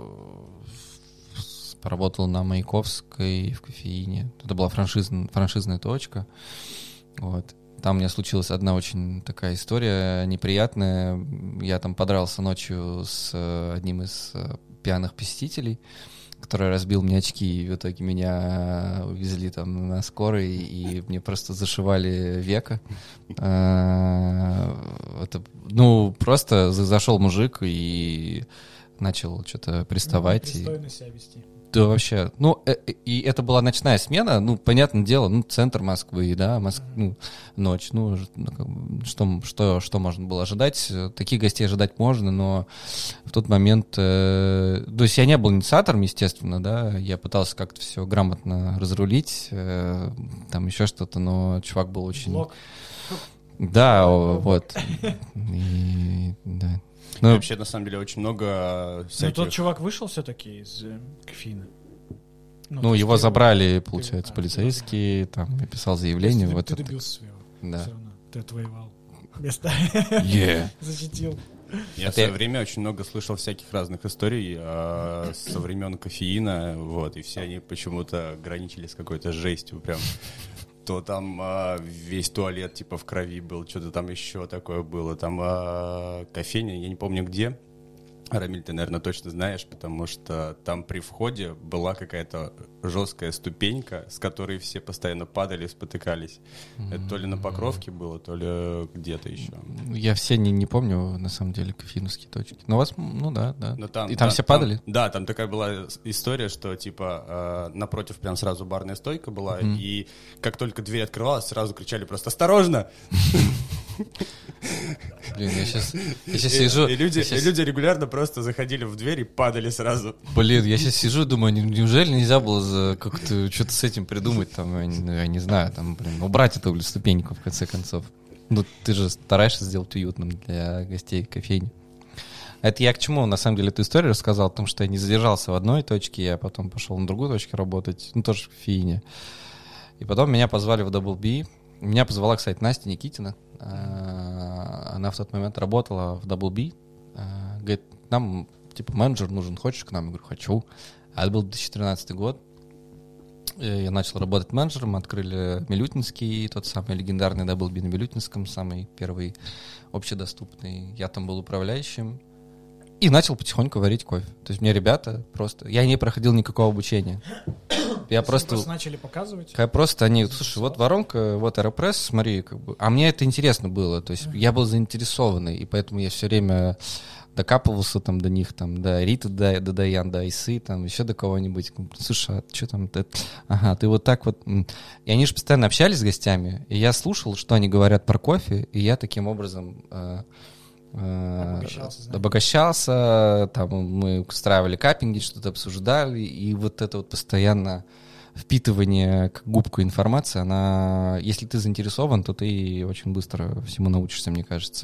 поработал на Маяковской в кофеине. Это была франшизная точка. Вот. Там у меня случилась одна очень такая история неприятная. Я там подрался ночью с одним из пьяных посетителей, который разбил мне очки, и в итоге меня увезли там на скорой, и мне просто зашивали веко. Ну, просто зашел мужик и начал что-то приставать. Пристойно себя вести. Да, вообще. Ну, и это была ночная смена, ну, понятное дело, ну, центр Москвы, да, ночь, ну, что можно было ожидать? Таких гостей ожидать можно, но в тот момент, то есть я не был инициатором, естественно, да, я пытался как-то все грамотно разрулить, там еще что-то, но чувак был очень... Блок. Да, вот. И, да. Ну, вообще, на самом деле, очень много всяких... Ну, тот чувак вышел все-таки из кофеина? Ну, его забрали, получается, полицейские, там, я писал заявление. Ты вот добился своего. Да. Все равно. Ты отвоевал место. Защитил. Я в свое время очень много слышал всяких разных историй со времен кофеина, вот, и все они почему-то граничили с какой-то жестью, прям... То там весь туалет типа в крови был, что-то там еще такое было. Там кофейня, я не помню где. Рамиль, ты, наверное, точно знаешь, потому что там при входе была какая-то жесткая ступенька, с которой все постоянно падали, спотыкались. Это то ли на Покровке было, то ли где-то еще. Я все не помню, на самом деле, кофеиновские точки. Но у вас, ну да. Но там, и там все падали? Да, там такая была история, что типа напротив прям сразу барная стойка была, и как только дверь открывалась, сразу кричали просто «Осторожно!». Блин, я сейчас сижу... И люди регулярно просто заходили в дверь и падали сразу. Блин, я сейчас сижу, думаю, неужели нельзя было как-то что-то с этим придумать, там, я не знаю, там, блин, убрать эту ступеньку, в конце концов. Ну, ты же стараешься сделать уютным для гостей кофейни. Это я к чему, на самом деле, эту историю рассказал, о том, что я не задержался в одной точке, я потом пошел на другую точку работать, ну, тоже в кофейне. И потом меня позвали в Double B. Меня позвала, кстати, Настя Никитина. Она в тот момент работала в Double B. Говорит, нам, типа, менеджер нужен, хочешь к нам? Я говорю, хочу. А это был 2013 год. Я начал работать менеджером, открыли Милютинский, тот самый легендарный Double B на Милютинском, самый первый общедоступный. Я там был управляющим. И начал потихоньку варить кофе. То есть мне ребята просто... Я не проходил никакого обучения. Я просто начали показывать. Просто они, слушай, вот воронка, вот Aeropress, смотри, как бы. А мне это интересно было, то есть я был заинтересованный, и поэтому я все время докапывался там до них, там, до Риты, до Даян, до Айсы, там, еще до кого-нибудь. Слушай, а что там? Ага, ты вот так вот. И они же постоянно общались с гостями, и я слушал, что они говорят про кофе, и я таким образом... обогащался, там мы устраивали каппинги, что-то обсуждали, и вот это вот постоянно впитывание как губка информации, она, если ты заинтересован, то ты очень быстро всему научишься, мне кажется.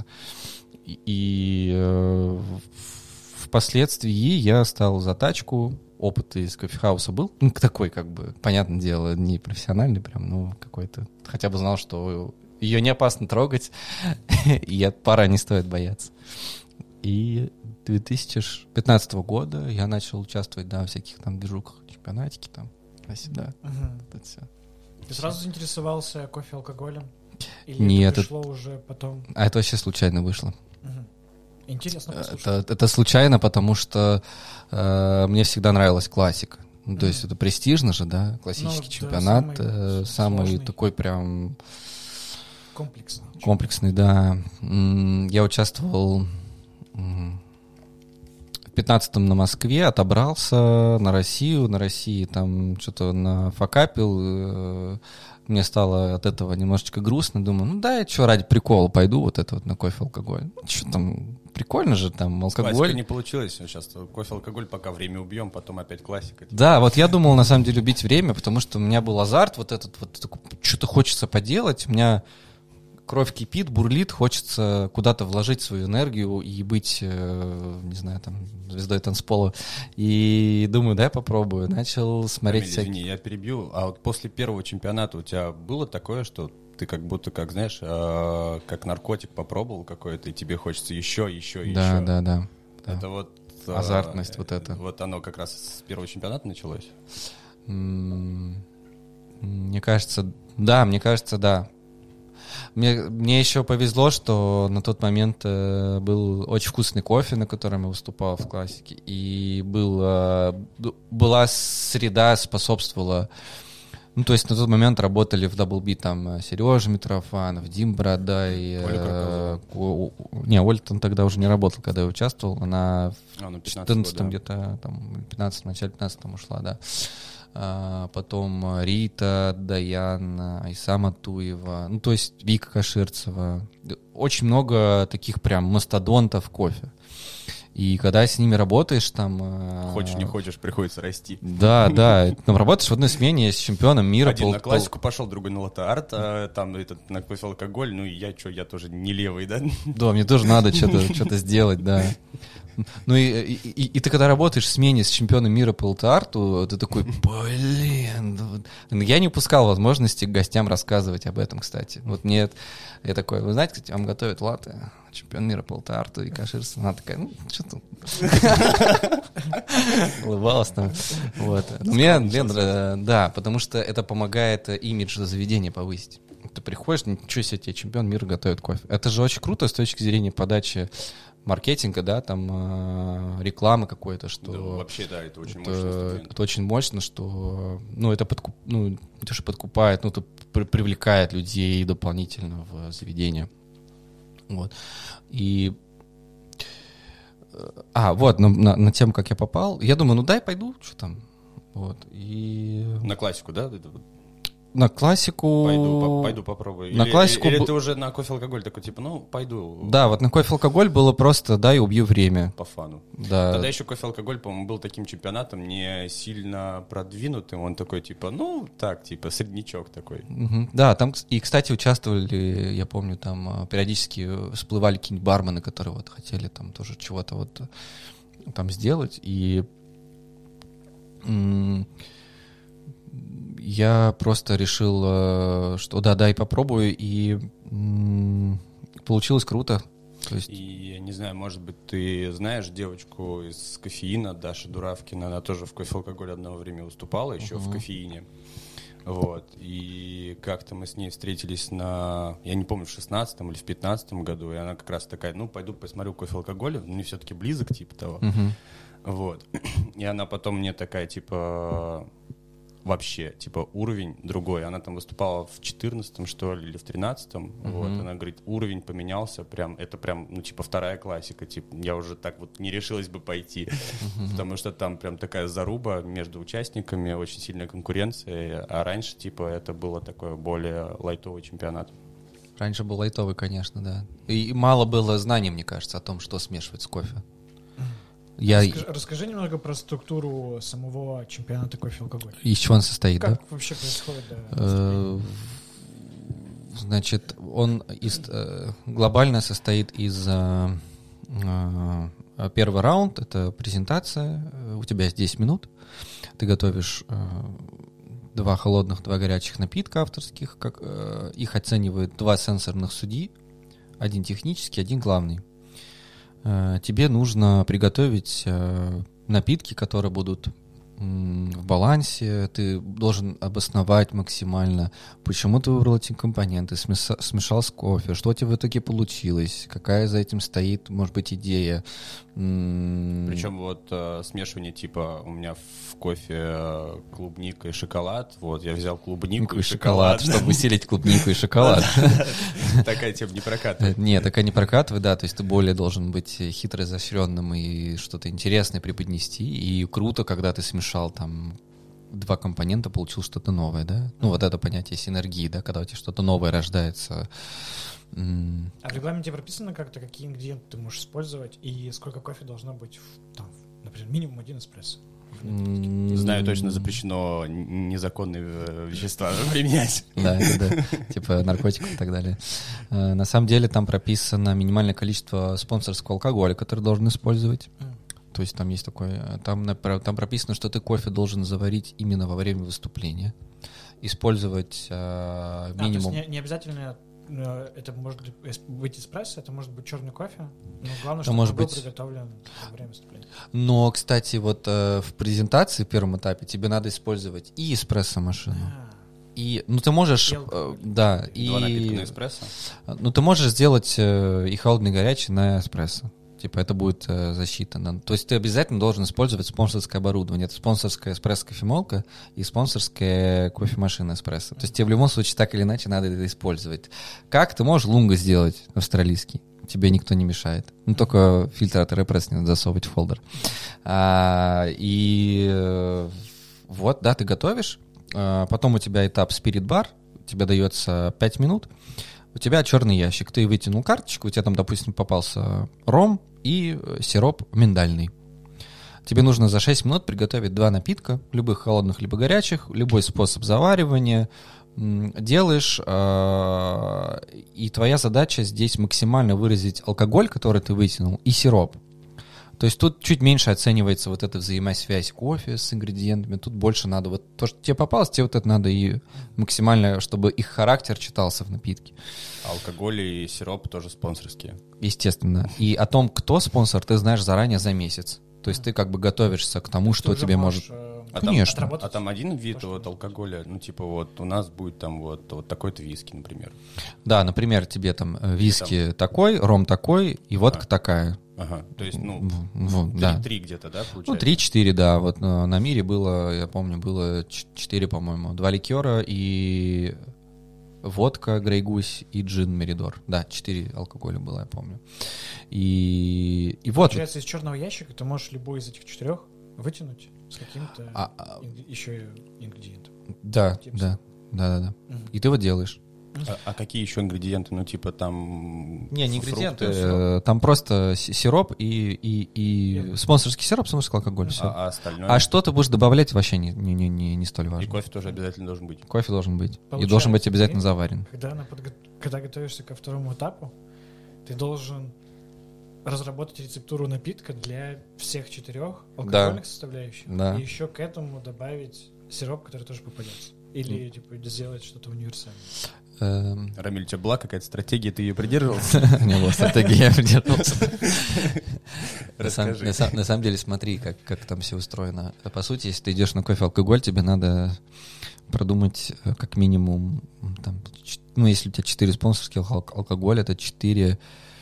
И впоследствии я стал за тачку. Опыт из кофехауса был, ну, такой, как бы, понятное дело, не профессиональный прям, но какой-то. Хотя бы знал, что ее не опасно трогать, и от пара не стоит бояться. И 2015 года я начал участвовать, да, в всяких там движухах, чемпионатики там, да. Это все. Ты сразу заинтересовался кофе, алкоголем? Или Нет, это пришло уже потом? А это вообще случайно вышло. Интересно послушать. Это случайно, потому что мне всегда нравилась классика. Ну, то есть это престижно же, да, классический чемпионат, самый такой прям комплексный, да. Я участвовал в 15-м на Москве, отобрался на Россию. На России там что-то нафакапил. Мне стало от этого немножечко грустно. Думаю, ну да, я что, ради прикола пойду вот это вот на кофе, алкоголь. Ну что там, прикольно же там, алкоголь. Классика не получилось сейчас. Кофе, алкоголь, пока время убьем, потом опять классика. Да, вот я думал, на самом деле, убить время, потому что у меня был азарт вот этот вот, что-то хочется поделать. У меня кровь кипит, бурлит, хочется куда-то вложить свою энергию и быть, не знаю, там, звездой танцпола. И думаю, дай попробую. Начал смотреть всякие... Извини, я перебью. А вот после первого чемпионата у тебя было такое, что ты как будто, как знаешь, как наркотик попробовал какой-то, и тебе хочется еще? Да. Это вот... азартность вот эта. Вот оно как раз с первого чемпионата началось? Мне кажется, да. Мне еще повезло, что на тот момент был очень вкусный кофе, на котором я выступал в классике, и была среда, способствовала. Ну, то есть на тот момент работали в Double B там Сережа Митрофанов, Дим Бородай. Оля там тогда уже не работала, когда я участвовал. Она в 14-м где-то, там, 15-м, начале 15-м ушла, да. Потом Рита, Даян, Айса Матуева, ну, то есть Вика Каширцева. Очень много таких прям мастодонтов кофе. И когда с ними работаешь, там... Хочешь, не хочешь, приходится расти. Да. Там работаешь в одной смене с чемпионом мира. Один на классику пошел, другой на латте-арт, там этот на кофе, алкоголь. Ну, и я тоже не левый, да? Да, мне тоже надо что-то сделать, да. Ну и ты когда работаешь в смене с чемпионом мира по латте-арту, ты такой, блин. Я не упускал возможности гостям рассказывать об этом, кстати. Вот мне я такой, вы знаете, кстати, вам готовят латте, чемпион мира по латте-арту и Каширцева. Она такая, ну, что тут? Улыбалась там. Вот. Да, потому что это помогает имидж заведения повысить. Ты приходишь, ничего себе, тебе чемпион мира готовит кофе. Это же очень круто с точки зрения подачи маркетинга, да, там рекламы какой-то, что... Да, вообще, да, это очень мощно. Это очень мощно, что, ну, это что подкупает, ну, это привлекает людей дополнительно в заведение. Вот. И... вот, на тему, как я попал, я думаю, ну, дай пойду, что там, вот, и... На классику, да? На классику... Пойду попробую. На классику... Или ты уже на кофе-алкоголь такой, типа, ну, пойду. Да, вот на кофе-алкоголь было просто дай, убью время. По фану. Да. Тогда еще кофе-алкоголь, по-моему, был таким чемпионатом не сильно продвинутым. Он такой, типа, ну, так, типа, среднячок такой. Угу. Да, там, и, кстати, участвовали, я помню, там периодически всплывали какие-нибудь бармены, которые вот хотели там тоже чего-то вот там сделать. И... я просто решил, что да, дай попробую, и получилось круто. То есть... И, я не знаю, может быть, ты знаешь девочку из кофеина, Даша Дуравкина, она тоже в кофе-алкоголе одно время выступала, еще в кофеине. Вот. И как-то мы с ней встретились я не помню, в 16-м или в 15-м году, и она как раз такая, ну, пойду посмотрю кофе-алкоголь, мне все-таки близок, типа того. Вот. И она потом мне такая, типа... вообще, типа, уровень другой. Она там выступала в 14-м, что ли, или в 13-м. Вот, она говорит, уровень поменялся, прям, это прям, ну, типа, вторая классика. Типа, я уже так вот не решилась бы пойти, потому что там прям такая заруба между участниками, очень сильная конкуренция. А раньше, типа, это было такое более лайтовый чемпионат. Раньше был лайтовый, конечно, да. И мало было знаний, мне кажется, о том, что смешивать с кофе. Расскажи немного про структуру самого чемпионата кофе-алкоголь. Из чего он состоит, как вообще происходит? Значит, он глобально состоит из... Первый раунд — это презентация. У тебя есть 10 минут. Ты готовишь 2 холодных, 2 горячих напитка авторских. Их оценивают 2 сенсорных судьи. Один технический, один главный. Тебе нужно приготовить напитки, которые будут в балансе. Ты должен обосновать максимально, почему ты выбрал эти компоненты, смешал с кофе, что у тебя в итоге получилось, какая за этим стоит, может быть, идея. Причем вот смешивание типа у меня в кофе клубника и шоколад. Вот я взял клубнику и шоколад, чтобы усилить клубнику и шоколад. Такая тема не прокатывает. Нет, такая не прокатывает, да. То есть ты более должен быть хитро изощренным и что-то интересное преподнести. И круто, когда ты смешал там 2 компонента, получил что-то новое, да. Ну вот это понятие синергии, да, когда у тебя что-то новое рождается. А в регламенте прописано как-то, какие ингредиенты ты можешь использовать и сколько кофе должно быть, там, например, минимум 1 эспрессо? Знаю, точно запрещено незаконные вещества применять. Да, типа наркотиков и так далее. На самом деле там прописано минимальное количество спонсорского алкоголя, который должен использовать. То есть там есть такое... Там прописано, что ты кофе должен заварить именно во время выступления. Использовать минимум... То есть не обязательно... Это может быть эспрессо, это может быть черный кофе, но главное, это чтобы может он был быть... приготовлен во время выступления. Но, кстати, вот в презентации, в первом этапе, тебе надо использовать и эспрессо-машину, и, ну, ты можешь... да, и... 2 напитка на эспрессо? Ну, ты можешь сделать и холодный, и горячий на эспрессо. Типа это будет засчитано. То есть ты обязательно должен использовать спонсорское оборудование. Это спонсорская эспрессо-кофемолка и спонсорская кофемашина эспрессо. То есть тебе в любом случае так или иначе надо это использовать. Как ты можешь лунго сделать австралийский? Тебе никто не мешает. Ну, только фильтр от AeroPress не надо засовывать в фолдер. Вот, да, ты готовишь. Потом у тебя этап Spirit Bar. Тебе дается 5 минут. У тебя черный ящик, ты вытянул карточку, у тебя там, допустим, попался ром и сироп миндальный. Тебе нужно за 6 минут приготовить 2 напитка, любых холодных либо горячих, любой способ заваривания. Делаешь, и твоя задача здесь максимально выразить алкоголь, который ты вытянул, и сироп. То есть тут чуть меньше оценивается вот эта взаимосвязь кофе с ингредиентами, тут больше надо вот то, что тебе попалось, тебе вот это надо и максимально, чтобы их характер читался в напитке. Алкоголь и сироп тоже спонсорские. Естественно. И о том, кто спонсор, ты знаешь заранее за месяц. То есть ты как бы готовишься к тому, что тебе может... Конечно. А там один вид вот алкоголя, ну типа вот у нас будет там вот такой-то виски, например. Да, например, тебе там виски такой, ром такой и водка такая. Ага, то есть, да. 3 где-то, да, получается? Ну, 3-4, да. Вот на мире было, я помню, было 4, по-моему. 2 ликера и водка, Грей Гусь и джин Меридор. Да, 4 алкоголя было, я помню. И вот. Получается, из черного ящика ты можешь любой из этих 4 вытянуть с каким-то еще ингредиентом. Да. И ты вот делаешь. А какие еще ингредиенты? Ну, типа там... Не ингредиенты, там просто сироп и спонсорский сироп, спонсорский алкоголь, все. А остальное? А что ты будешь добавлять, вообще не столь важно. И кофе тоже обязательно должен быть? Кофе должен быть. И должен быть обязательно заварен. Когда готовишься ко второму этапу, ты должен разработать рецептуру напитка для всех 4 алкогольных составляющих. Да. И еще к этому добавить сироп, который тоже попадется. Или типа сделать что-то универсальное. Рамиль, у тебя была какая-то стратегия, ты ее придерживался? Не было стратегии, я придерживался. Расскажи. На самом деле, смотри, как там все устроено. По сути, если ты идешь на кофе-алкоголь, тебе надо продумать как минимум, там, ну, если у тебя 4 спонсорских алкоголя, это 4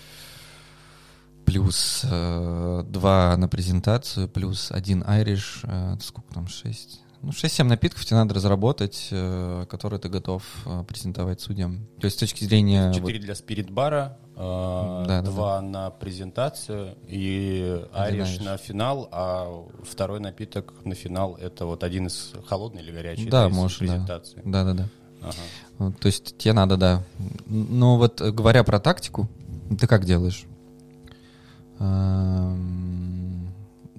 плюс 2 на презентацию, плюс 1 Irish, сколько там, 6... Ну, 6-7 напитков тебе надо разработать, которые ты готов презентовать судьям. То есть с точки зрения... 4 для спирит-бара, 2 на презентацию и Айриш на финал, а второй напиток на финал — это вот один из холодный или горячий? Да, можешь, презентации. Да. Ага. Вот, то есть тебе надо, да. Ну вот говоря про тактику, ты как делаешь?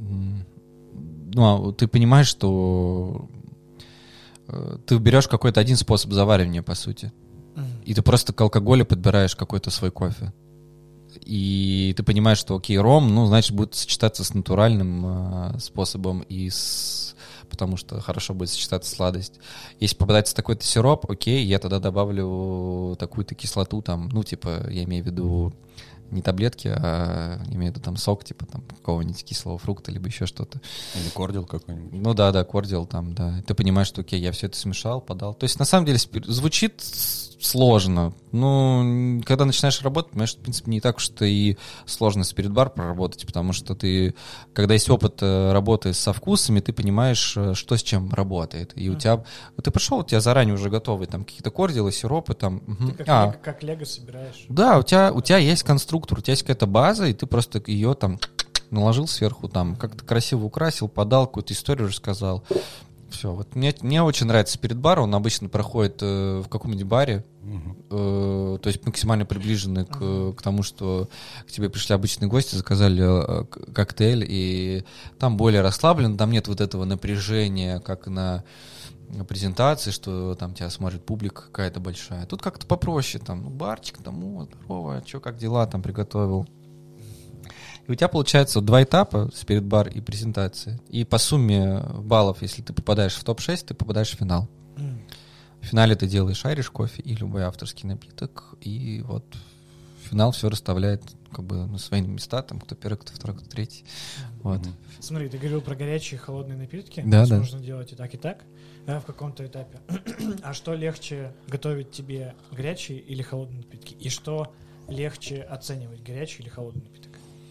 ты понимаешь, что ты берешь какой-то один способ заваривания, по сути. И ты просто к алкоголю подбираешь какой-то свой кофе. И ты понимаешь, что окей, ром, ну, значит, будет сочетаться с натуральным способом потому что хорошо будет сочетаться сладость. Если попадается такой-то сироп, окей, я тогда добавлю такую-то кислоту, там, ну, типа, я имею в виду не таблетки, а имею в виду там сок, типа там какого-нибудь кислого фрукта, либо еще что-то. Или кордил какой-нибудь. Ну да, кордил там, да. Ты понимаешь, что окей, я все это смешал, подал. То есть на самом деле звучит сложно. Ну, когда начинаешь работать, понимаешь, в принципе, не так уж и сложно спирит-бар проработать, потому что ты, когда есть опыт работы со вкусами, ты понимаешь, что с чем работает. И у тебя, ты пришел, у тебя заранее уже готовые там какие-то кордилы, сиропы там. Ты как лего собираешь. Да, у тебя есть конструктор, у тебя есть какая-то база, и ты просто ее там наложил сверху, там как-то красиво украсил, подал, какую-то историю рассказал. Все, вот мне очень нравится спирит-бар, он обычно проходит в каком-нибудь баре, то есть максимально приближенный к тому, что к тебе пришли обычные гости, заказали коктейль, и там более расслабленно, там нет вот этого напряжения, как на презентации, что там тебя смотрит публика какая-то большая. Тут как-то попроще, там, барчик, там, здорово, что, как дела, там, приготовил. И у тебя получается 2 этапа, спирит-бар и презентация. И по сумме баллов, если ты попадаешь в топ-6, ты попадаешь в финал. В финале ты делаешь айриш кофе и любой авторский напиток. И вот финал все расставляет как бы на свои места, там кто первый, кто второй, кто третий. Вот. Смотри, ты говорил про горячие и холодные напитки. Да, да. Можно делать и так, в каком-то этапе. А что легче готовить тебе, горячие или холодные напитки? И что легче оценивать, горячий или холодный напиток?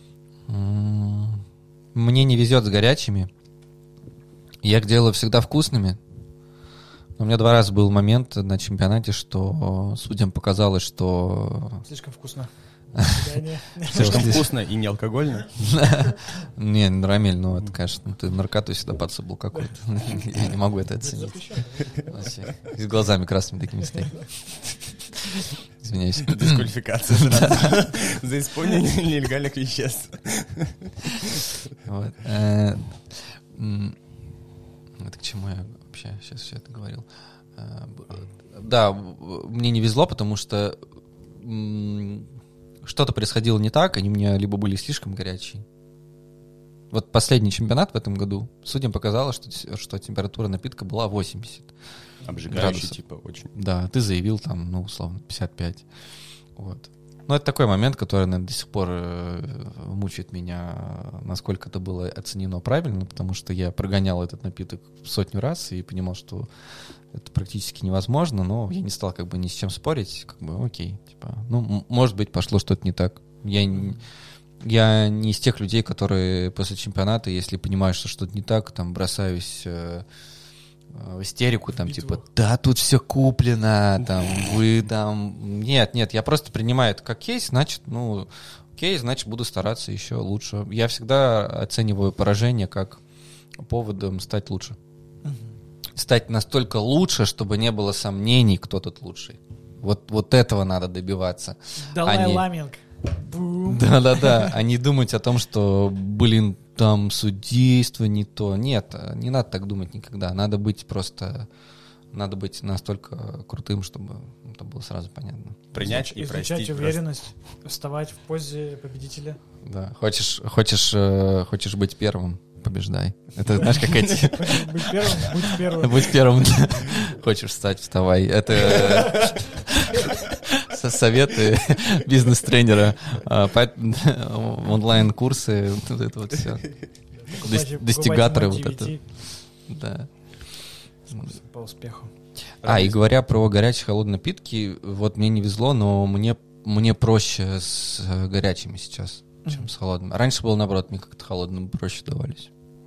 Мне не везет с горячими. Я их делаю всегда вкусными. Но у меня 2 раза был момент на чемпионате, что судьям показалось, что... Слишком вкусно. Слишком вкусно и не алкогольно? Не, Рамиль, ну это, конечно, ты наркоту сюда подсыпал какой-то. Я не могу это оценить. И с глазами красными такими стоит. Извиняюсь. Дисквалификация сразу. За исполнение нелегальных веществ. Это к чему я вообще сейчас все это говорил? Да, мне не везло, потому что что-то происходило не так, они мне либо были слишком горячие. Вот последний чемпионат в этом году судьям показалось, что температура напитка была 80 обжигающий, градусов. типа, очень. Да, ты заявил там, ну, условно, 55. Вот. Ну, это такой момент, который, наверное, до сих пор мучает меня, насколько это было оценено правильно, потому что я прогонял этот напиток 100 раз и понимал, что это практически невозможно, но я не стал как бы ни с чем спорить, как бы окей, типа, ну, может быть, пошло что-то не так. Я не из тех людей, которые после чемпионата, если понимаю, что что-то не так, там, бросаюсь в истерику, там, типа, да, тут все куплено, там, вы там... Нет, я просто принимаю это как кейс, значит, ну, окей, значит, буду стараться еще лучше. Я всегда оцениваю поражение как поводом стать лучше. Стать настолько лучше, чтобы не было сомнений, кто тут лучший. Вот этого надо добиваться. Далай Ламинг. Да, а не думать о том, что, блин, там судейство не то. Нет, не надо так думать никогда. Надо быть настолько крутым, чтобы это было сразу понятно. Принять и простить. Излучать уверенность, вставать в позе победителя. Да, хочешь быть первым, побеждай. Это, знаешь, как эти... Быть первым, будь первым. Будь первым. Хочешь встать, вставай. Это советы бизнес-тренера, онлайн-курсы, вот это вот все. Достигаторы вот это. Да. По успеху. И говоря про горячие холодные напитки, вот мне не везло, но мне проще с горячими сейчас, чем с холодными. Раньше было наоборот, мне как-то холодным проще давались.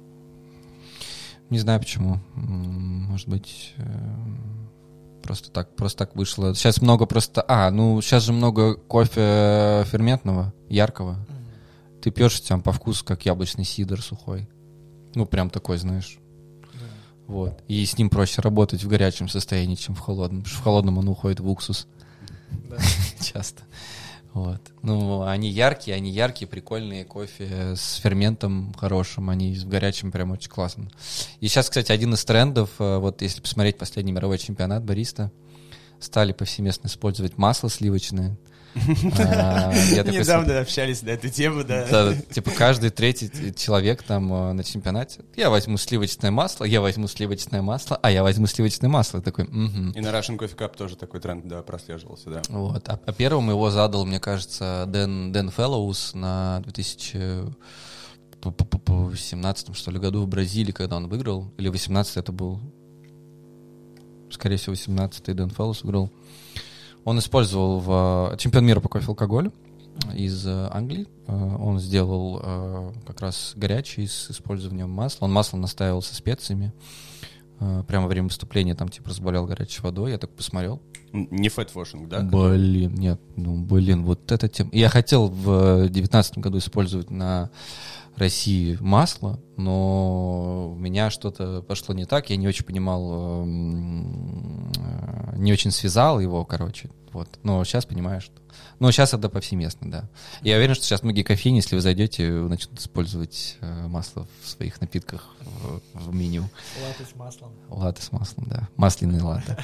Не знаю почему. Может быть, просто так вышло. Сейчас много просто... сейчас же много кофе ферментного, яркого. Ты пьешь там по вкусу, как яблочный сидр сухой. Ну, прям такой, знаешь. Вот. И с ним проще работать в горячем состоянии, чем в холодном. Потому что в холодном он уходит в уксус. Да. Часто. Вот. Ну, они яркие, прикольные, кофе с ферментом хорошим, они в горячем прям очень классно. И сейчас, кстати, один из трендов, вот если посмотреть последний мировой чемпионат бариста, стали повсеместно использовать масло сливочное. Недавно общались на эту тему, да. Да, типа каждый третий человек там на чемпионате. Я возьму сливочное масло, а я возьму сливочное масло. Такой, угу. И на Russian Coffee Cup тоже такой тренд, да, прослеживался, да. Вот. А первым его задал, мне кажется, Дэн Фэллоус на 2017, что ли, году в Бразилии, когда он выиграл. Или 18 это был. Скорее всего, 18-й Дэн Фэллоус выиграл. Он использовал чемпион мира по кофе алкоголю из Англии. Он сделал как раз горячий с использованием масла. Он масло настаивал со специями. Прямо во время выступления там типа разбавлял горячей водой. Я так посмотрел. Не фэтвошинг, да? Блин, нет. Вот эта тема. Я хотел в 2019 году использовать на России масло, но у меня что-то пошло не так. Я не очень понимал, не очень связал его, короче. Вот. Но сейчас понимаю, что... Ну, сейчас это повсеместно, да. Я уверен, что сейчас многие кофейни, если вы зайдете, начнут использовать масло в своих напитках в меню. Латте с маслом. Латте с маслом, да. Масляные латте.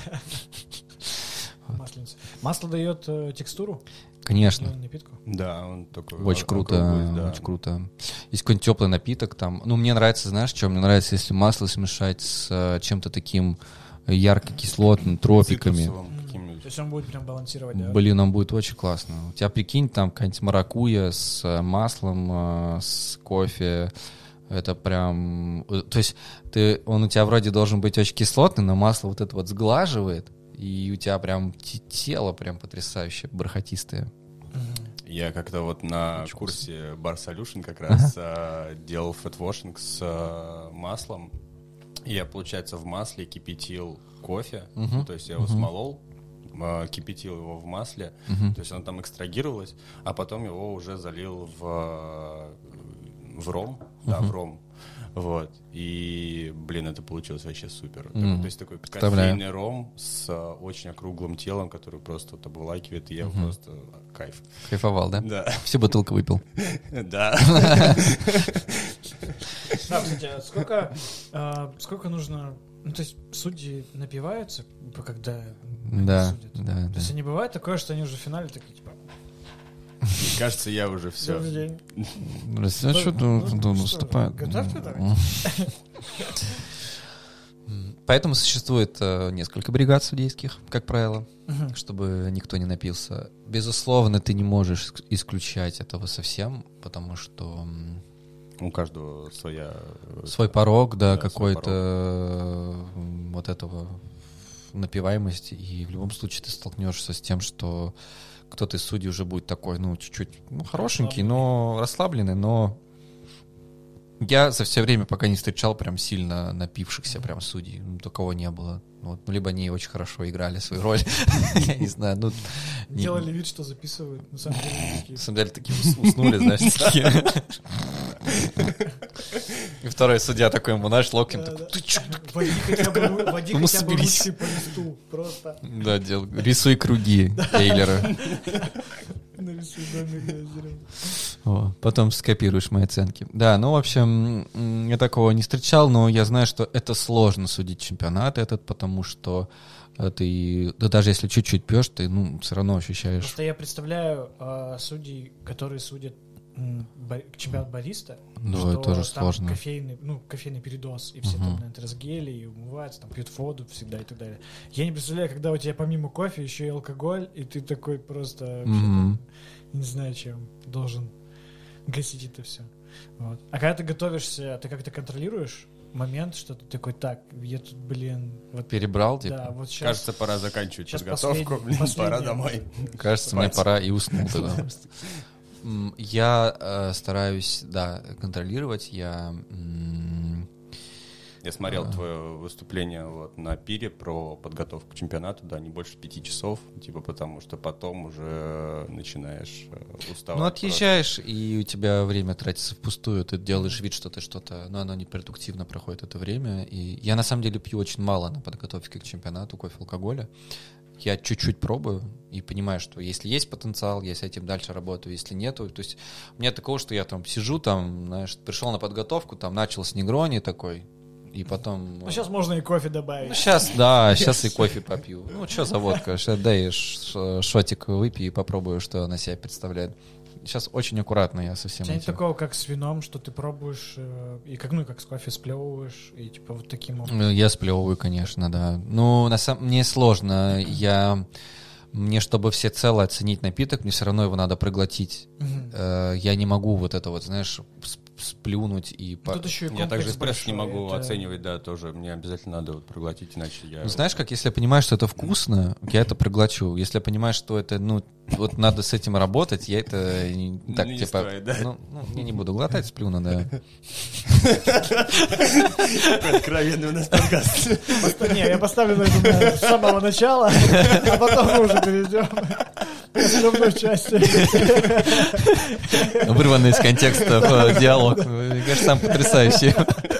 Масло дает текстуру? Конечно. Напитку? Да, он такой... Очень круто, очень круто. Есть какой-нибудь теплый напиток там. Ну, мне нравится, знаешь, что? Мне нравится, если масло смешать с чем-то таким ярко-кислотным, тропиками. То есть он будет прям балансировать, да? Блин, он будет очень классно. У тебя, прикинь, там какая-нибудь маракуйя с маслом, с кофе. Это прям... То есть он у тебя вроде должен быть очень кислотный, но масло вот это вот сглаживает. И у тебя прям тело прям потрясающее, бархатистое. Я как-то вот на курсе Bar Solution как раз делал фэтвошинг с маслом. И я, получается, в масле кипятил кофе. То есть я его смолол, кипятил его в масле. То есть оно там экстрагировалось, а потом его уже залил в ром. Да, в ром. Вот. И, блин, это получилось вообще супер. То есть такой кофейный ром с очень округлым телом, который просто вот обволакивает, и я просто кайф. Кайфовал, да? Да. Всю бутылку выпил. Да. Кстати, сколько нужно... Ну, то есть судьи напиваются, когда судят? Да. То есть не бывает такое, что они уже в финале такие, типа... Мне кажется, я уже все. Добрый день. Что наступает? Готовьте давай. Поэтому существует несколько бригад судейских, как правило, чтобы никто не напился. Безусловно, ты не можешь исключать этого совсем, потому что... У каждого свой порог, да, какой-то вот этого напиваемости. И в любом случае ты столкнешься с тем, что кто-то из судей уже будет такой, ну, чуть-чуть, ну, хорошенький, но расслабленный, но я за все время пока не встречал прям сильно напившихся прям судей. Ну, такого не было. Вот. Ну, либо они очень хорошо играли свою роль. Я не знаю. Ну, делали вид, что записывают. На самом деле такие уснули, знаешь, такие. И второй судья такой ему, знаешь, локтем такой, ты чё? Води хотя бы ручкой по листу, просто. Да, рисуй круги Эйлера. Нарисуй домик озером. Потом скопируешь мои оценки. Да, ну, в общем, я такого не встречал, но я знаю, что это сложно судить чемпионат этот, потому что ты, да даже если чуть-чуть пьешь, ты, ну, все равно ощущаешь. Просто я представляю судей, которые судят чемпионат бариста, ну, что это тоже там сложно. кофейный передоз, и все там, наверное, разгели, и умываются, там пьют воду всегда и так далее. Я не представляю, когда у тебя помимо кофе еще и алкоголь, и ты такой просто вообще, не знаю, чем должен гасить это все. Вот. А когда ты готовишься, ты как-то контролируешь момент, что ты такой, так, я тут, блин... Вот, перебрал, типа? Да, вот сейчас... Кажется, пора заканчивать подготовку, пора домой. Кажется, мне пора и уснул тогда просто. Я стараюсь, да, контролировать. Я смотрел твое выступление вот на пире про подготовку к чемпионату, да, не больше 5 часов, типа, потому что потом уже начинаешь уставать. Ну, отъезжаешь, и у тебя время тратится впустую, ты делаешь вид, что ты что-то, но оно непродуктивно проходит это время. И я, на самом деле, пью очень мало на подготовке к чемпионату кофе, алкоголя. я чуть-чуть пробую и понимаю, что если есть потенциал, я с этим дальше работаю, если нету. То есть у меня такого, что я там сижу, там, знаешь, пришел на подготовку, там начал с негрони такой, и потом... Ну, сейчас можно и кофе добавить. Ну, сейчас и кофе попью. Ну, что за водка? Сейчас дай шотик выпей и попробую, что она себя представляет. Сейчас очень аккуратно я совсем... У тебя нет такого, как с вином, что ты пробуешь, и как, как с кофе сплевываешь, и типа вот таким образом? Я сплевываю, конечно, да. Ну, мне сложно. Мне, чтобы всецело оценить напиток, мне все равно его надо проглотить. Я не могу вот это вот, знаешь, сплюнуть и... Тут еще и я также эспрессо большой, не могу оценивать, да, тоже. Мне обязательно надо вот проглотить, иначе я... Ну, знаешь, как если я понимаю, что это вкусно, я это проглочу. Если я понимаю, что это, вот надо с этим работать, я это так, не типа... стоит, да? Я не буду глотать, сплюну, да. Откровенный у нас подкаст. Не, я поставлю на это с самого начала, а потом мы уже перейдем к основной части. Вырванный из контекста диалог. Мне кажется, сам потрясающий.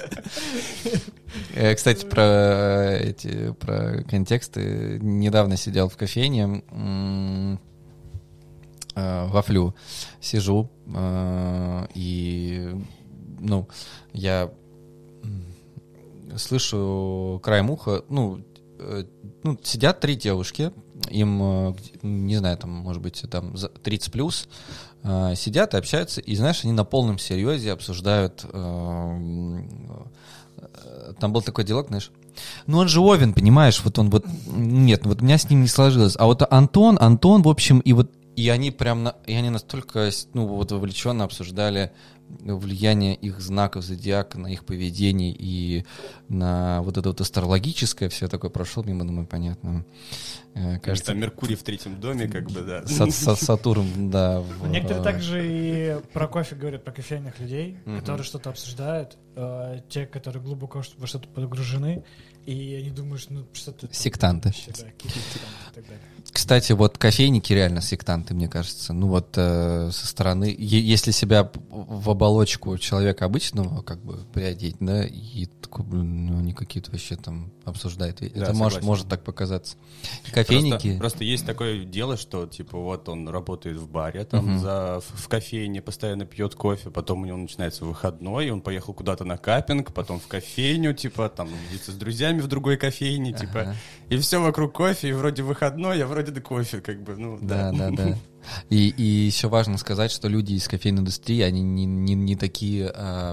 Кстати, про контексты. Недавно сидел в кофейне, вафлю. Сижу, и, я слышу краем уха, сидят 3 девушки, им, не знаю, там, может быть, там 30 плюс, сидят и общаются, и, знаешь, они на полном серьезе обсуждают, там был такой диалог, знаешь, он же Овен, понимаешь, нет, вот у меня с ним не сложилось, а вот Антон, в общем, и они они настолько, вовлеченно обсуждали влияние их знаков зодиака на их поведение и на вот это вот астрологическое, все такое прошел мимо, думаю, понятно. Кажется, там Меркурий в 3-м доме, как бы, да. Сатурн, да. Некоторые также и про кофе говорят, про кофейных людей, которые что-то обсуждают, те, которые глубоко во что-то погружены, и они думают, что-то... Сектанты. Да, какие-то сектанты и так далее. Кстати, вот кофейники реально сектанты, мне кажется. Со стороны... Если себя в оболочку человека обычного как бы приодеть, да, и такой, они какие-то вообще там обсуждают. Да, это может так показаться. Кофейники... Просто есть такое дело, что, типа, вот он работает в баре, там, в кофейне, постоянно пьет кофе, потом у него начинается выходной, и он поехал куда-то на каппинг, потом в кофейню, типа, там, увидеться с друзьями в другой кофейне, типа, и все вокруг кофе, и вроде выходной, а вроде до кофе, как бы, Да. И еще важно сказать, что люди из кофейной индустрии, они не такие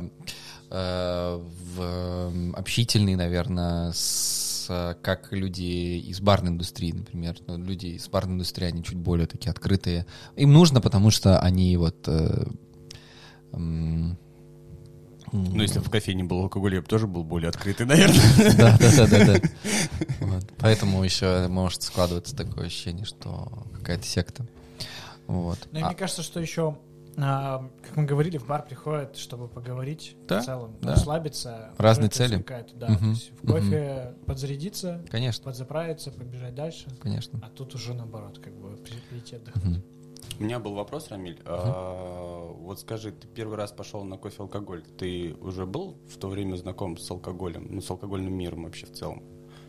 общительные, наверное, как люди из барной индустрии, например. Люди из барной индустрии, они чуть более такие открытые. Им нужно, потому что они если бы в кофейне был алкоголь, я бы тоже был более открытый, наверное. Да. Поэтому еще может складываться такое ощущение, что какая-то секта. Мне кажется, что еще, как мы говорили, в бар приходят, чтобы поговорить в целом, расслабиться. Разные цели. Да, то есть в кофе подзарядиться, конечно, подзаправиться, побежать дальше. Конечно. А тут уже наоборот, как бы прийти отдохнуть. У меня был вопрос, Рамиль. Вот скажи, ты первый раз пошел на кофе-алкоголь. Ты уже был в то время знаком с алкоголем, с алкогольным миром вообще в целом?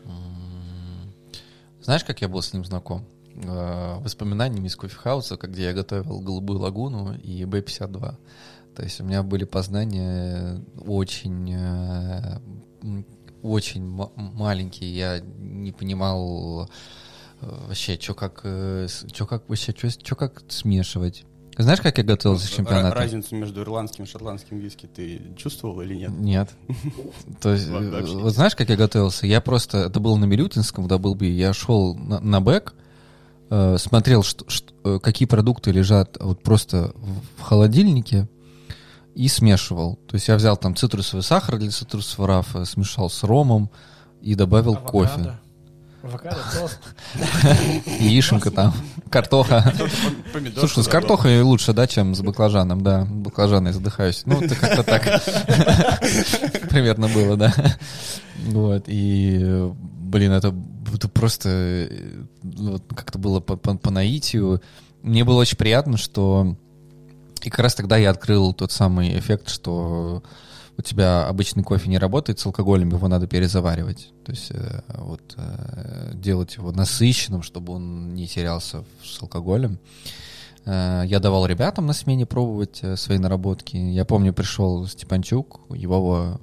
Знаешь, как я был с ним знаком? Воспоминаниями из кофехауса, где я готовил «Голубую лагуну» и Б-52. То есть у меня были познания очень маленькие. Я не понимал вообще, что как смешивать. Знаешь, как я готовился к чемпионату? Разницу между ирландским и шотландским виски ты чувствовал или нет? Нет. То есть, вот знаешь, как я готовился? Я просто, это было на Милютинском, в Даблби, я шел на бэк, смотрел, какие продукты лежат вот просто в холодильнике, и смешивал. То есть я взял там цитрусовый сахар для цитрусового рафа, смешал с ромом и добавил кофе. Авокадо, тост. Яишенка там, картоха. Слушай, с картохой лучше, да, чем с баклажаном, да. Баклажаны я задыхаюсь. Это как-то так примерно было, да. И, это просто как-то было по наитию. Мне было очень приятно, что... И как раз тогда я открыл тот самый эффект, что у тебя обычный кофе не работает с алкоголем, его надо перезаваривать. То есть делать его насыщенным, чтобы он не терялся с алкоголем. Я давал ребятам на смене пробовать свои наработки. Я помню, пришел Степанчук, Вова...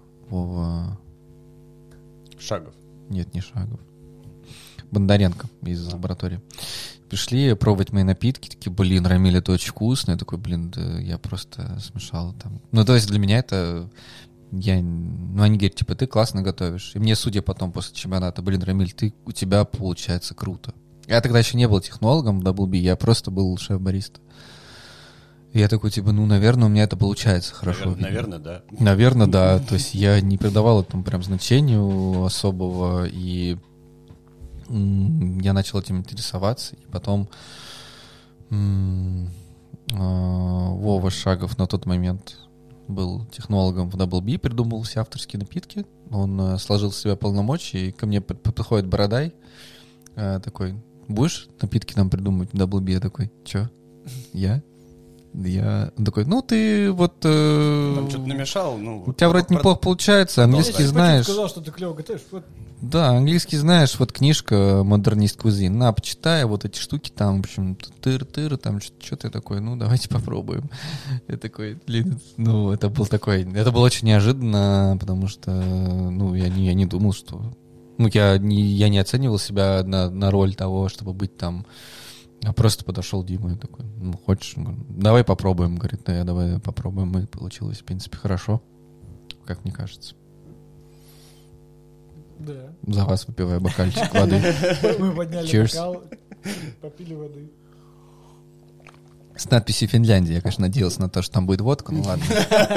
Шагов. Нет, не Шагов. Бондаренко из лаборатории. Пришли пробовать мои напитки, такие, блин, Рамиль, это очень вкусно. Я такой, блин, да я просто смешал там. Ну, то есть для меня это... они говорят, типа, ты классно готовишь. И мне, судя потом после чемпионата, блин, Рамиль, у тебя получается круто. Я тогда еще не был технологом в Double B, я просто был шеф-бариста. И я такой, типа, ну, наверное, у меня это получается хорошо. Наверное, да. Наверное, да. То есть я не придавал этому прям значению особого, и я начал этим интересоваться, и потом Вова Шагов на тот момент был технологом в Double B, придумал все авторские напитки, он сложил с себя полномочия, и ко мне подходит Бородай, такой, будешь напитки нам придумать в Double B? Я такой, чё? Я? Он такой, ну ты вот... Там что-то намешал. Ну, у тебя вроде неплохо получается, английский знаешь. Я сказал, что ты клево готовишь. Вот. Да, английский знаешь, вот книжка «Модернист Кузин». На, почитай вот эти штуки там, в общем, тыр-тыр, там что-то я такой, ну давайте попробуем. Я такой, блин, ну это было очень неожиданно, потому что, ну я не думал, что... Ну я не оценивал себя на роль того, чтобы быть там... А просто подошел Дима и такой, ну, хочешь? Давай попробуем. Говорит, да, давай попробуем. И получилось, в принципе, хорошо, как мне кажется. Да. За вас выпиваю бокальчик воды. Мы подняли Cheers. бокал, попили воды. С надписью «Финляндия». Я, конечно, надеялся на то, что там будет водка, ну ладно.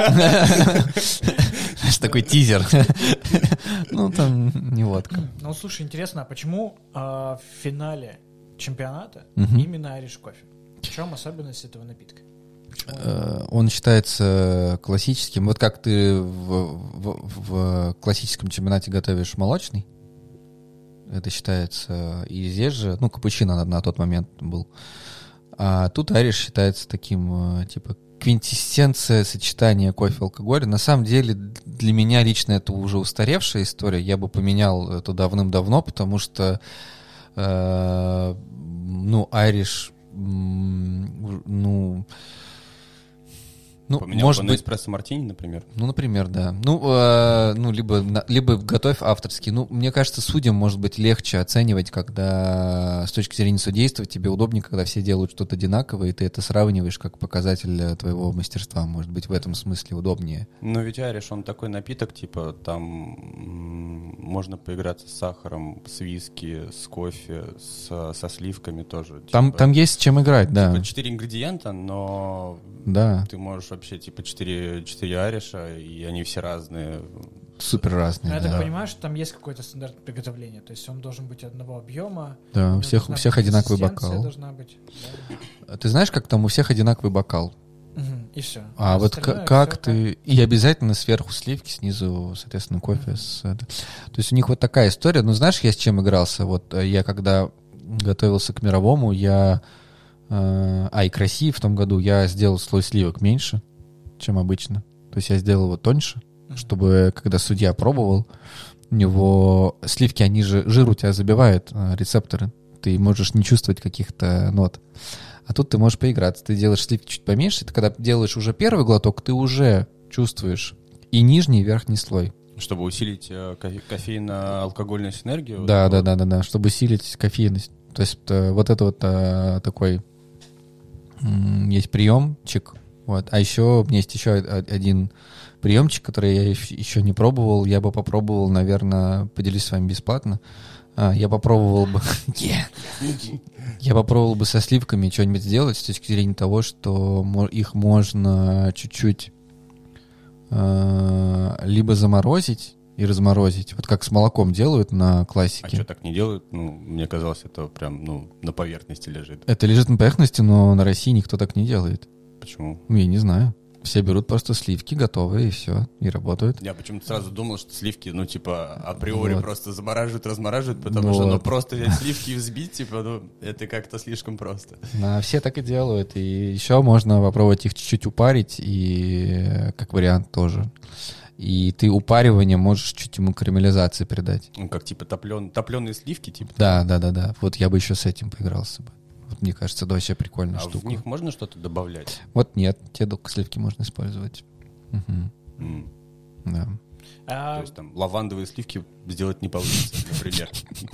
Такой тизер. Ну, там не водка. Ну, слушай, интересно, а почему в финале чемпионата именно Irish Coffee? В чем особенность этого напитка? Он считается классическим. Вот как ты в классическом чемпионате готовишь молочный, это считается, и здесь же, ну, капучино на тот момент был. А тут Irish считается таким, типа, квинтэссенция сочетания кофе и алкоголя. На самом деле, для меня лично это уже устаревшая история. Я бы поменял это давным-давно, потому что ну, Irish, поменял может бы быть... на эспрессо-мартини, например. Ну, например, да. Либо готовь авторский. Ну, мне кажется, судьям может быть легче оценивать, когда с точки зрения судейства тебе удобнее, когда все делают что-то одинаковое, и ты это сравниваешь как показатель твоего мастерства. Может быть, в этом смысле удобнее. Но ведь Irish, он такой напиток, типа, там можно поиграться с сахаром, с виски, с кофе, со сливками тоже. Там есть с чем играть, да. Типа 4 ингредиента, но да. Ты можешь вообще, типа, 4 Ариша, и они все разные. Супер разные, я да. так понимаю, что там есть какой-то стандарт приготовления, то есть он должен быть одного объема. Да, у всех одинаковый бокал. Должна быть, да. Ты знаешь, как там у всех одинаковый бокал? И все. А вот как ты... И обязательно сверху сливки, снизу, соответственно, кофе. То есть у них вот такая история. Ну, знаешь, я с чем игрался? Вот я когда готовился к мировому, и к России в том году я сделал слой сливок меньше, чем обычно. То есть я сделал его тоньше, чтобы, когда судья пробовал, у него сливки, они же, жир у тебя забивает рецепторы. Ты можешь не чувствовать каких-то нот. А тут ты можешь поиграться. Ты делаешь сливки чуть поменьше, ты когда делаешь уже первый глоток, ты уже чувствуешь и нижний, и верхний слой. Чтобы усилить кофеинно-алкогольную синергию? Да, чтобы усилить кофейность. То есть вот это вот такой есть приемчик. Вот. А еще у меня есть еще один приемчик, который я еще не пробовал. Я бы попробовал, наверное, поделюсь с вами бесплатно. Я попробовал бы... Я попробовал бы со сливками что-нибудь сделать с точки зрения того, что их можно чуть-чуть либо заморозить и разморозить, вот как с молоком делают на классике. А что так не делают? Ну, мне казалось, это прям, на поверхности лежит. Это лежит на поверхности, но на России никто так не делает. Почему? Я не знаю. Все берут просто сливки готовые, и все, и работают. Я почему-то сразу думал, что сливки, априори просто размораживают, потому что, просто взять сливки и взбить, это как-то слишком просто. Все так и делают, и еще можно попробовать их чуть-чуть упарить, и как вариант тоже. и ты упаривание можешь чуть ему карамелизации придать. Ну, как типа топленые сливки, типа. Да. Вот я бы еще с этим поигрался бы. Вот, мне кажется, это вообще прикольная А штука. в них можно что-то добавлять? Вот нет, те только сливки можно использовать. Да. То есть там лавандовые сливки сделать не получится, например.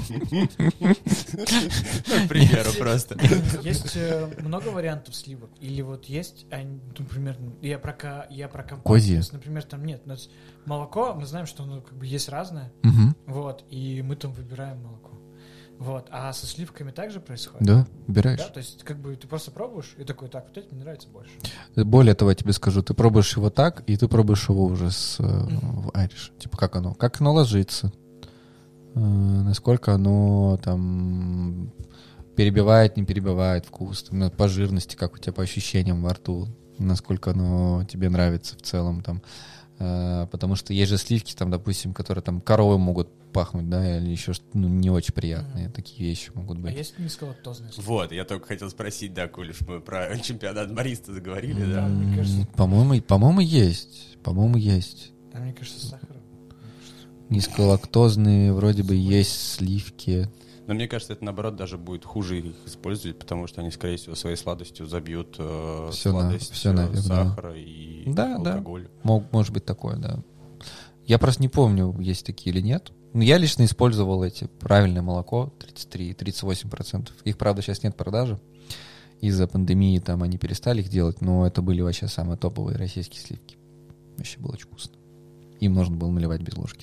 К примеру просто. Есть много вариантов сливок? Или вот есть, например, я про компот. Козье. То есть, например, там нет. У нас молоко, мы знаем, что оно как бы есть разное. Вот, и мы там выбираем молоко. Вот, а со сливками также происходит? Да, выбираешь. Да, то есть как бы ты просто пробуешь и такой, так, вот эти мне нравится больше. Более того, я тебе скажу, ты пробуешь его так, и ты пробуешь его уже в Irish. Типа, как оно ложится, насколько оно там перебивает, не перебивает вкус, там, по жирности, как у тебя по ощущениям во рту, насколько оно тебе нравится в целом там. Потому что есть же сливки, там, допустим, которые там коровы могут пахнуть, да, или еще не очень приятные. Такие вещи могут быть. А есть низколактозные сливки? Вот, я только хотел спросить, да, коль уж мы про чемпионат бариста заговорили, да? Мне кажется, По-моему, есть. а мне кажется, сахар. Низколактозные вроде бы есть сливки. Но мне кажется, это наоборот даже будет хуже их использовать, потому что они, скорее всего, своей сладостью забьют сладость сахара и алкоголя. Может быть такое, да. Я просто не помню, есть такие или нет. Но я лично использовал эти правильное молоко, 33-38%. Их, правда, сейчас нет в продаже. Из-за пандемии там они перестали их делать, но это были вообще самые топовые российские сливки. Вообще было очень вкусно. Им нужно было наливать без ложки.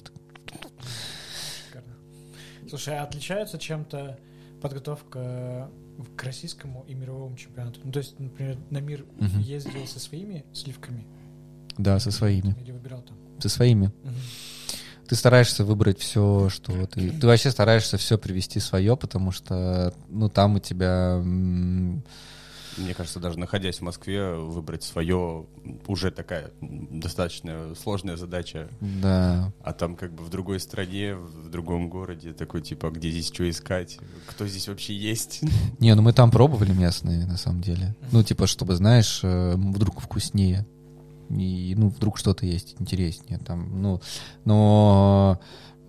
Слушай, а отличается чем-то подготовка к российскому и мировому чемпионату? Ну, то есть, например, на мир ездил со своими сливками? Да, со своими. Или выбирал там? Со своими. Ты стараешься выбрать все, что ты вообще стараешься все привести свое, потому что, ну, там у тебя... Мне кажется, даже находясь в Москве, выбрать свое уже такая достаточно сложная задача. Да. А там как бы в другой стране, в другом городе, такой типа, где здесь что искать? Кто здесь вообще есть? Не, ну мы там пробовали местные, на самом деле. Ну, типа, чтобы, знаешь, вдруг вкуснее. И, ну, вдруг что-то есть интереснее. Там, ну, но...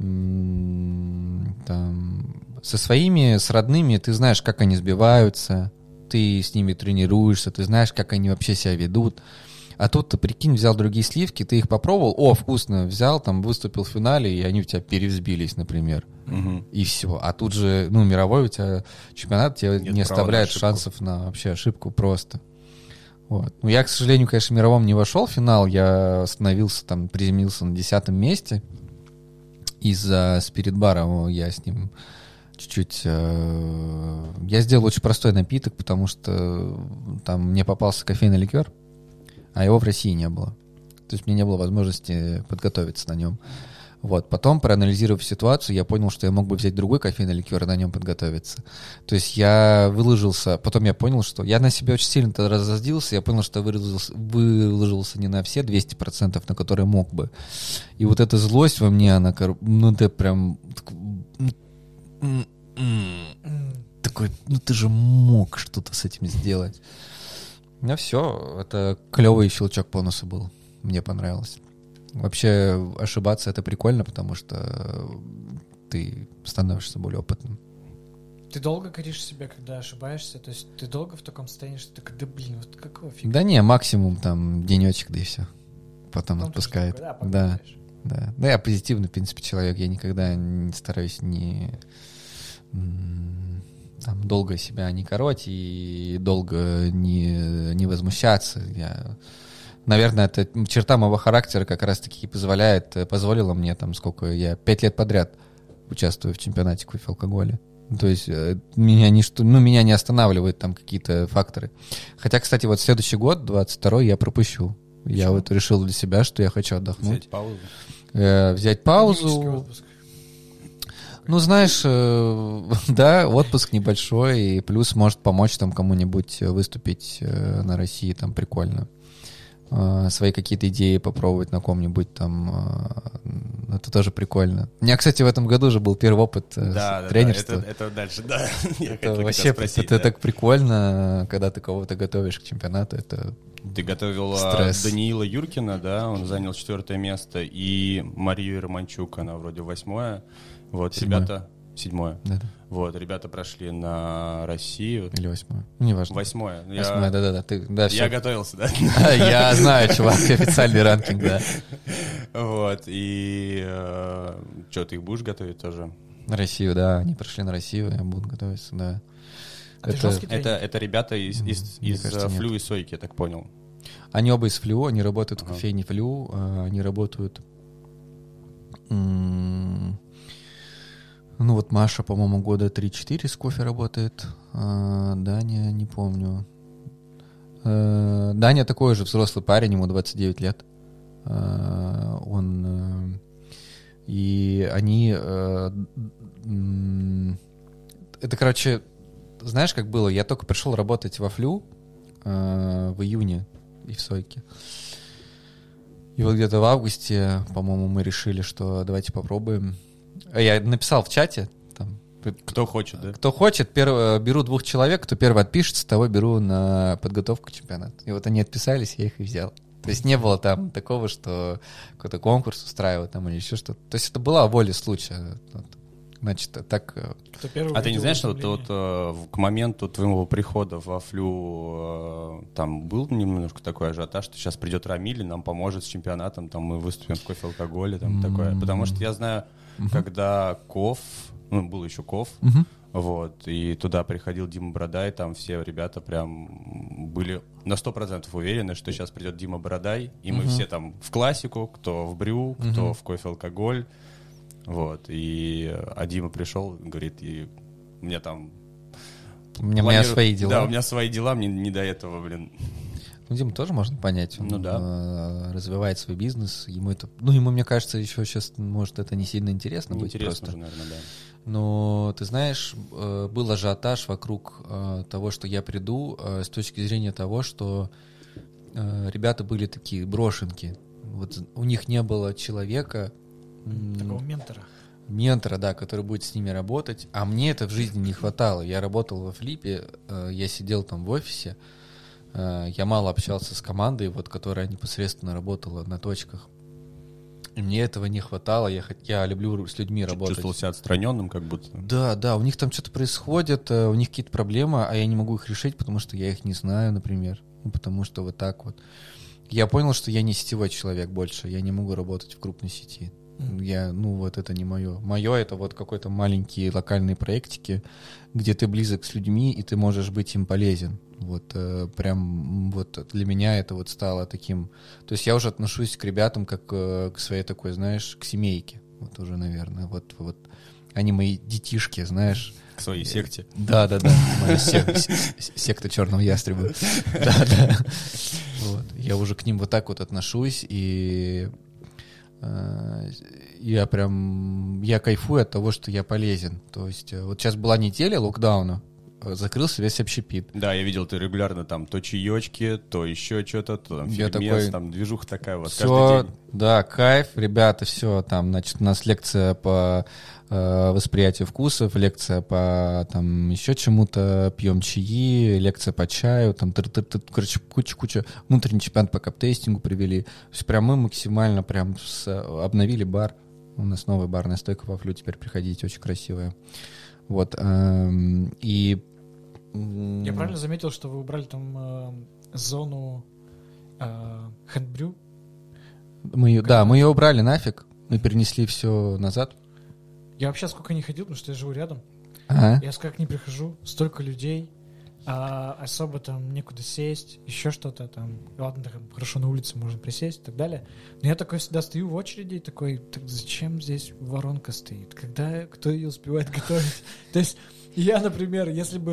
там, со своими, с родными ты знаешь, как они сбиваются, ты с ними тренируешься, ты знаешь, как они вообще себя ведут. А тут ты, прикинь, взял другие сливки, ты их попробовал, вкусно, взял, там, выступил в финале, и они у тебя перевзбились, например. И все. А тут же, ну, мировой у тебя чемпионат тебе не оставляет шансов на вообще ошибку просто. Вот. Ну, я, к сожалению, конечно, в мировом не вошел в финал, я остановился, там, приземлился на 10-м месте. Из-за спирит-бара я с ним чуть-чуть... Я сделал очень простой напиток, потому что там мне попался кофейный ликер, а его в России не было. То есть мне не было возможности подготовиться на нем. Вот. Потом, проанализировав ситуацию, я понял, что я мог бы взять другой кофейный ликер и на нем подготовиться. То есть я выложился... Потом я понял, что... Я на себя очень сильно тогда разозлился. Я понял, что я выложился не на все 200%, на которые мог бы. И вот эта злость во мне, она... Ну, ты прям... Такой, ну ты же мог что-то с этим сделать. Ну все, это клевый щелчок по носу был. Мне понравилось. Вообще ошибаться — это прикольно, потому что ты становишься более опытным. Ты долго коришь себя, когда ошибаешься? То есть ты долго в таком состоянии, что ты такой, да блин, вот какого фига? Да не, максимум там денечек, да и все. Потом отпускает. Такой, да. Да, я позитивный, в принципе, человек. Я никогда не стараюсь там, долго себя не короть и долго не возмущаться. Наверное, это черта моего характера как раз-таки позволила мне, там, сколько я 5 лет подряд участвую в чемпионате кофе алкоголя. То есть меня не останавливают там какие-то факторы. Хотя, кстати, вот следующий год, 22-й, я пропущу. Почему? Я вот решил для себя, что я хочу отдохнуть. Взять паузу. Ну, знаешь, да, отпуск небольшой, и плюс может помочь там кому-нибудь выступить на России, там прикольно. свои какие-то идеи попробовать на ком-нибудь там. Это тоже прикольно. У меня, кстати, в этом году же был первый опыт тренерства. Да, это дальше, да. Это вообще это так прикольно, когда ты кого-то готовишь к чемпионату. Это Ты готовил стресс. Даниила Юркина, да, он занял 4 место, и Марию Романчук, она вроде 8. Вот, 7-е. ребята... 7. Да. Вот, ребята прошли на Россию. Или 8. Ну, неважно. 8. 8, да. Я готовился, да. Я знаю, чувак, официальный ранкинг, да. Вот, и что, ты их будешь готовить тоже? На Россию, да, они прошли на Россию, я буду готовиться, да. А ты жесткий тренер? Это ребята из Мне кажется, Флю нет. и Сойки, я так понял. Они оба из Флю, они работают в Ага. кофейне Флю, они работают... Ну вот Маша, по-моему, года 3-4 с кофе работает, Даня, не помню. Даня такой же взрослый парень, ему 29 лет. Он... И они... Это, короче, знаешь, как было? Я только пришел работать во Флю в июне и в Сойке. И вот где-то в августе, по-моему, мы решили, что давайте попробуем. Я написал в чате. Там, Кто хочет, да? кто хочет, беру 2 человек, кто первый отпишется, того беру на подготовку к чемпионату. И вот они отписались, я их и взял. То есть не было там такого, что какой-то конкурс устраивать там или еще что-то. То есть это была воля случая. Значит, так... Кто первый А ты не увидел знаешь, что уведомление? вот к моменту твоего прихода во Флю там был немножко такой ажиотаж, что сейчас придет Рамиль и нам поможет с чемпионатом, там мы выступим в кофе-алкоголе, там такое. Потому что я знаю, когда Ков, ну, был еще Ков, вот, и туда приходил Дима Бородай, там все ребята прям были на 100% уверены, что сейчас придет Дима Бородай, и мы все там в классику, кто в брю, кто в кофе-алкоголь. Вот, а Дима пришел, говорит, и у меня там... У меня свои дела. Да, у меня свои дела, мне не до этого, блин. Ну, Диму тоже можно понять. Он Ну да. развивает свой бизнес. Ему это... Ну, ему, мне кажется, еще сейчас, может, это не сильно интересно быть Интересно просто. же, наверное, да. Но, ты знаешь, был ажиотаж вокруг того, что я приду, с точки зрения того, что ребята были такие брошенки. Вот у них не было человека... Такого ментора. Да, который будет с ними работать. А мне это в жизни не хватало. Я работал во Флипе, я сидел там в офисе, я мало общался с командой, вот, которая непосредственно работала на точках. И мне этого не хватало. Я люблю с людьми работать. Чувствовал себя отстраненным, как будто. Да, у них там что-то происходит, у них какие-то проблемы, а я не могу их решить, потому что я их не знаю, например. Ну, потому что вот так вот. Я понял, что я не сетевой человек больше, я не могу работать в крупной сети. Вот это не мое. Мое это вот какой-то маленькие локальные проектики, где ты близок с людьми, и ты можешь быть им полезен. Вот прям вот для меня это вот стало таким... То есть я уже отношусь к ребятам как к своей такой, знаешь, к семейке. Вот уже, наверное. Вот они мои детишки, знаешь. К своей секте. Да. Моя секта черного ястреба. Да. Вот. Я уже к ним вот так вот отношусь, и я кайфую от того, что я полезен. То есть вот сейчас была неделя локдауна, закрылся весь общепит. Да, я видел, ты регулярно там то чаечки, то еще что-то, то там Я фильмец, такой, там движуха такая вот все, каждый день. да, кайф, ребята, все, там, значит, у нас лекция по восприятию вкусов, лекция по там еще чему-то, пьем чаи, лекция по чаю, там, короче, куча, внутренний чемпионат по каптейстингу привели. То есть прям мы максимально прям обновили бар. У нас новая барная стойка во Флю, теперь приходите, очень красивая. Вот, и... Я правильно заметил, что вы убрали там зону хэндбрю? Мы ее убрали нафиг, мы перенесли все назад. Я вообще сколько не ходил, потому что я живу рядом. Ага. Я сколько не прихожу, столько людей, особо там некуда сесть, еще что-то там. Ладно, там хорошо на улице можно присесть и так далее. Но я такой всегда стою в очереди и такой, так зачем здесь воронка стоит? Кто ее успевает готовить? То есть я, например, если бы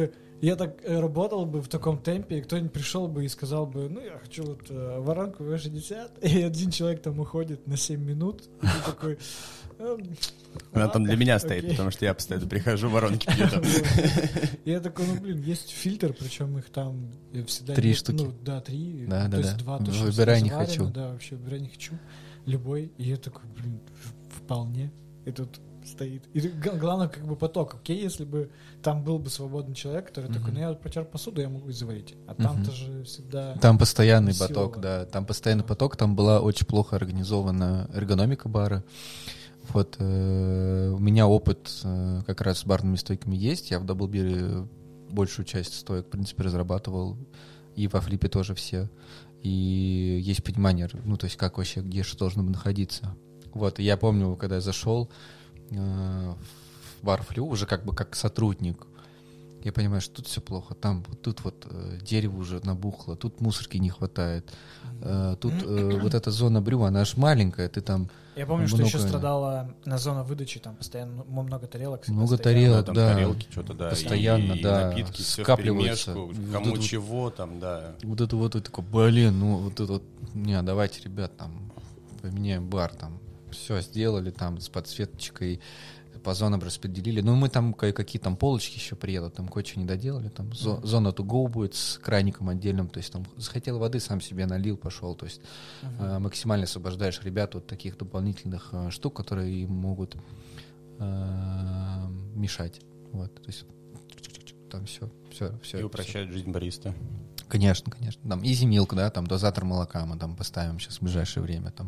Я так работал бы в таком темпе, и кто-нибудь пришел бы и сказал бы, ну, я хочу вот воронку V60, и один человек там уходит на 7 минут, и ты такой... Она там для меня стоит, окей. потому что я постоянно прихожу, воронки пью там. Я такой, ну, блин, есть фильтр, причем их там всегда... 3 нет, штуки. Ну, да, 3. Да, то да, есть да. 2 точно Выбирай не заварено, хочу. Да, вообще выбирай не хочу. Любой. И я такой, блин, вполне. И тут стоит. И главное, как бы поток. Окей, если бы там был бы свободный человек, который такой, ну, я протер посуду, я могу и заварить. А там-то же всегда... Там постоянный Всё. поток, да. Там постоянный поток. Там была очень плохо организована эргономика бара. Вот у меня опыт как раз с барными стойками есть. Я в Даблбире большую часть стоек, в принципе, разрабатывал. И во флипе тоже все. И есть понимание, ну, то есть как вообще, где что должно находиться. Вот, и я помню, когда я зашел в бар Флю, уже как бы как сотрудник, я понимаю, что тут все плохо, там, вот тут вот дерево уже набухло, тут мусорки не хватает, тут вот эта зона брю, она аж маленькая, ты там... Я помню, что много- еще страдала на зона выдачи, там постоянно много тарелок. Много стояло. тарелок. Там да. тарелки что-то, да. Постоянно, и да, напитки, все скапливаются. вперемешку, Вот кому это вот- чего там, да. Вот это вот, и такой, блин, ну вот это вот, не, давайте, ребят, там, поменяем бар, там, все сделали, там, с подсветочкой, по зонам распределили. Ну, мы там кое-какие там полочки еще приедут, там кое-что не доделали, там, зона to go будет с краником отдельным, то есть там захотел воды, сам себе налил, пошел, то есть максимально освобождаешь ребят от таких дополнительных штук, которые им могут мешать, вот, то есть там все. И упрощает жизнь бариста. Конечно, конечно. Там изимилка, да, там дозатор молока мы там поставим сейчас в ближайшее время. Там.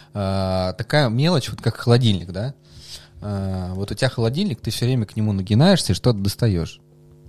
Такая мелочь, вот как холодильник, да. Вот у тебя холодильник, ты все время к нему нагинаешься и что-то достаешь.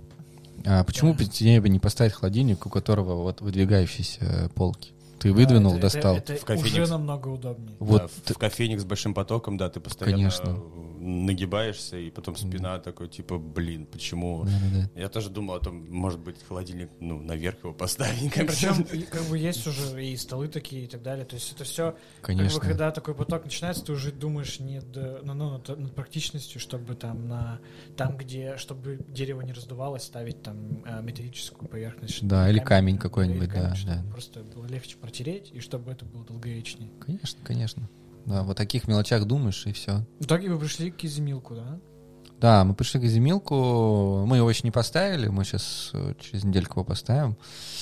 Почему бы тебе не поставить холодильник, у которого вот выдвигающиеся полки? Ты выдвинул, это, достал. Это В кофейник. уже намного удобнее. Вот Да, в кофейник с большим потоком, да, ты постоянно Конечно. нагибаешься, и потом спина такой, типа, блин, почему? Да-да-да. Я тоже думал о том, может быть, холодильник, ну, наверх его поставить. Причем, как бы, есть уже и столы такие и так далее. То есть это все, Конечно. как бы, когда такой поток начинается, ты уже думаешь не над практичностью, чтобы там, где, чтобы дерево не раздувалось, ставить там металлическую поверхность. чтобы Да, или камень да, какой-нибудь, или камень, да, чтобы да. просто было легче протереть, и чтобы это было долговечнее. Конечно, конечно. Да, вот о таких мелочах думаешь, и все. В итоге вы пришли к изюмилку, да? Да, мы пришли к изюмилку, мы его еще не поставили, мы сейчас через недельку его поставим.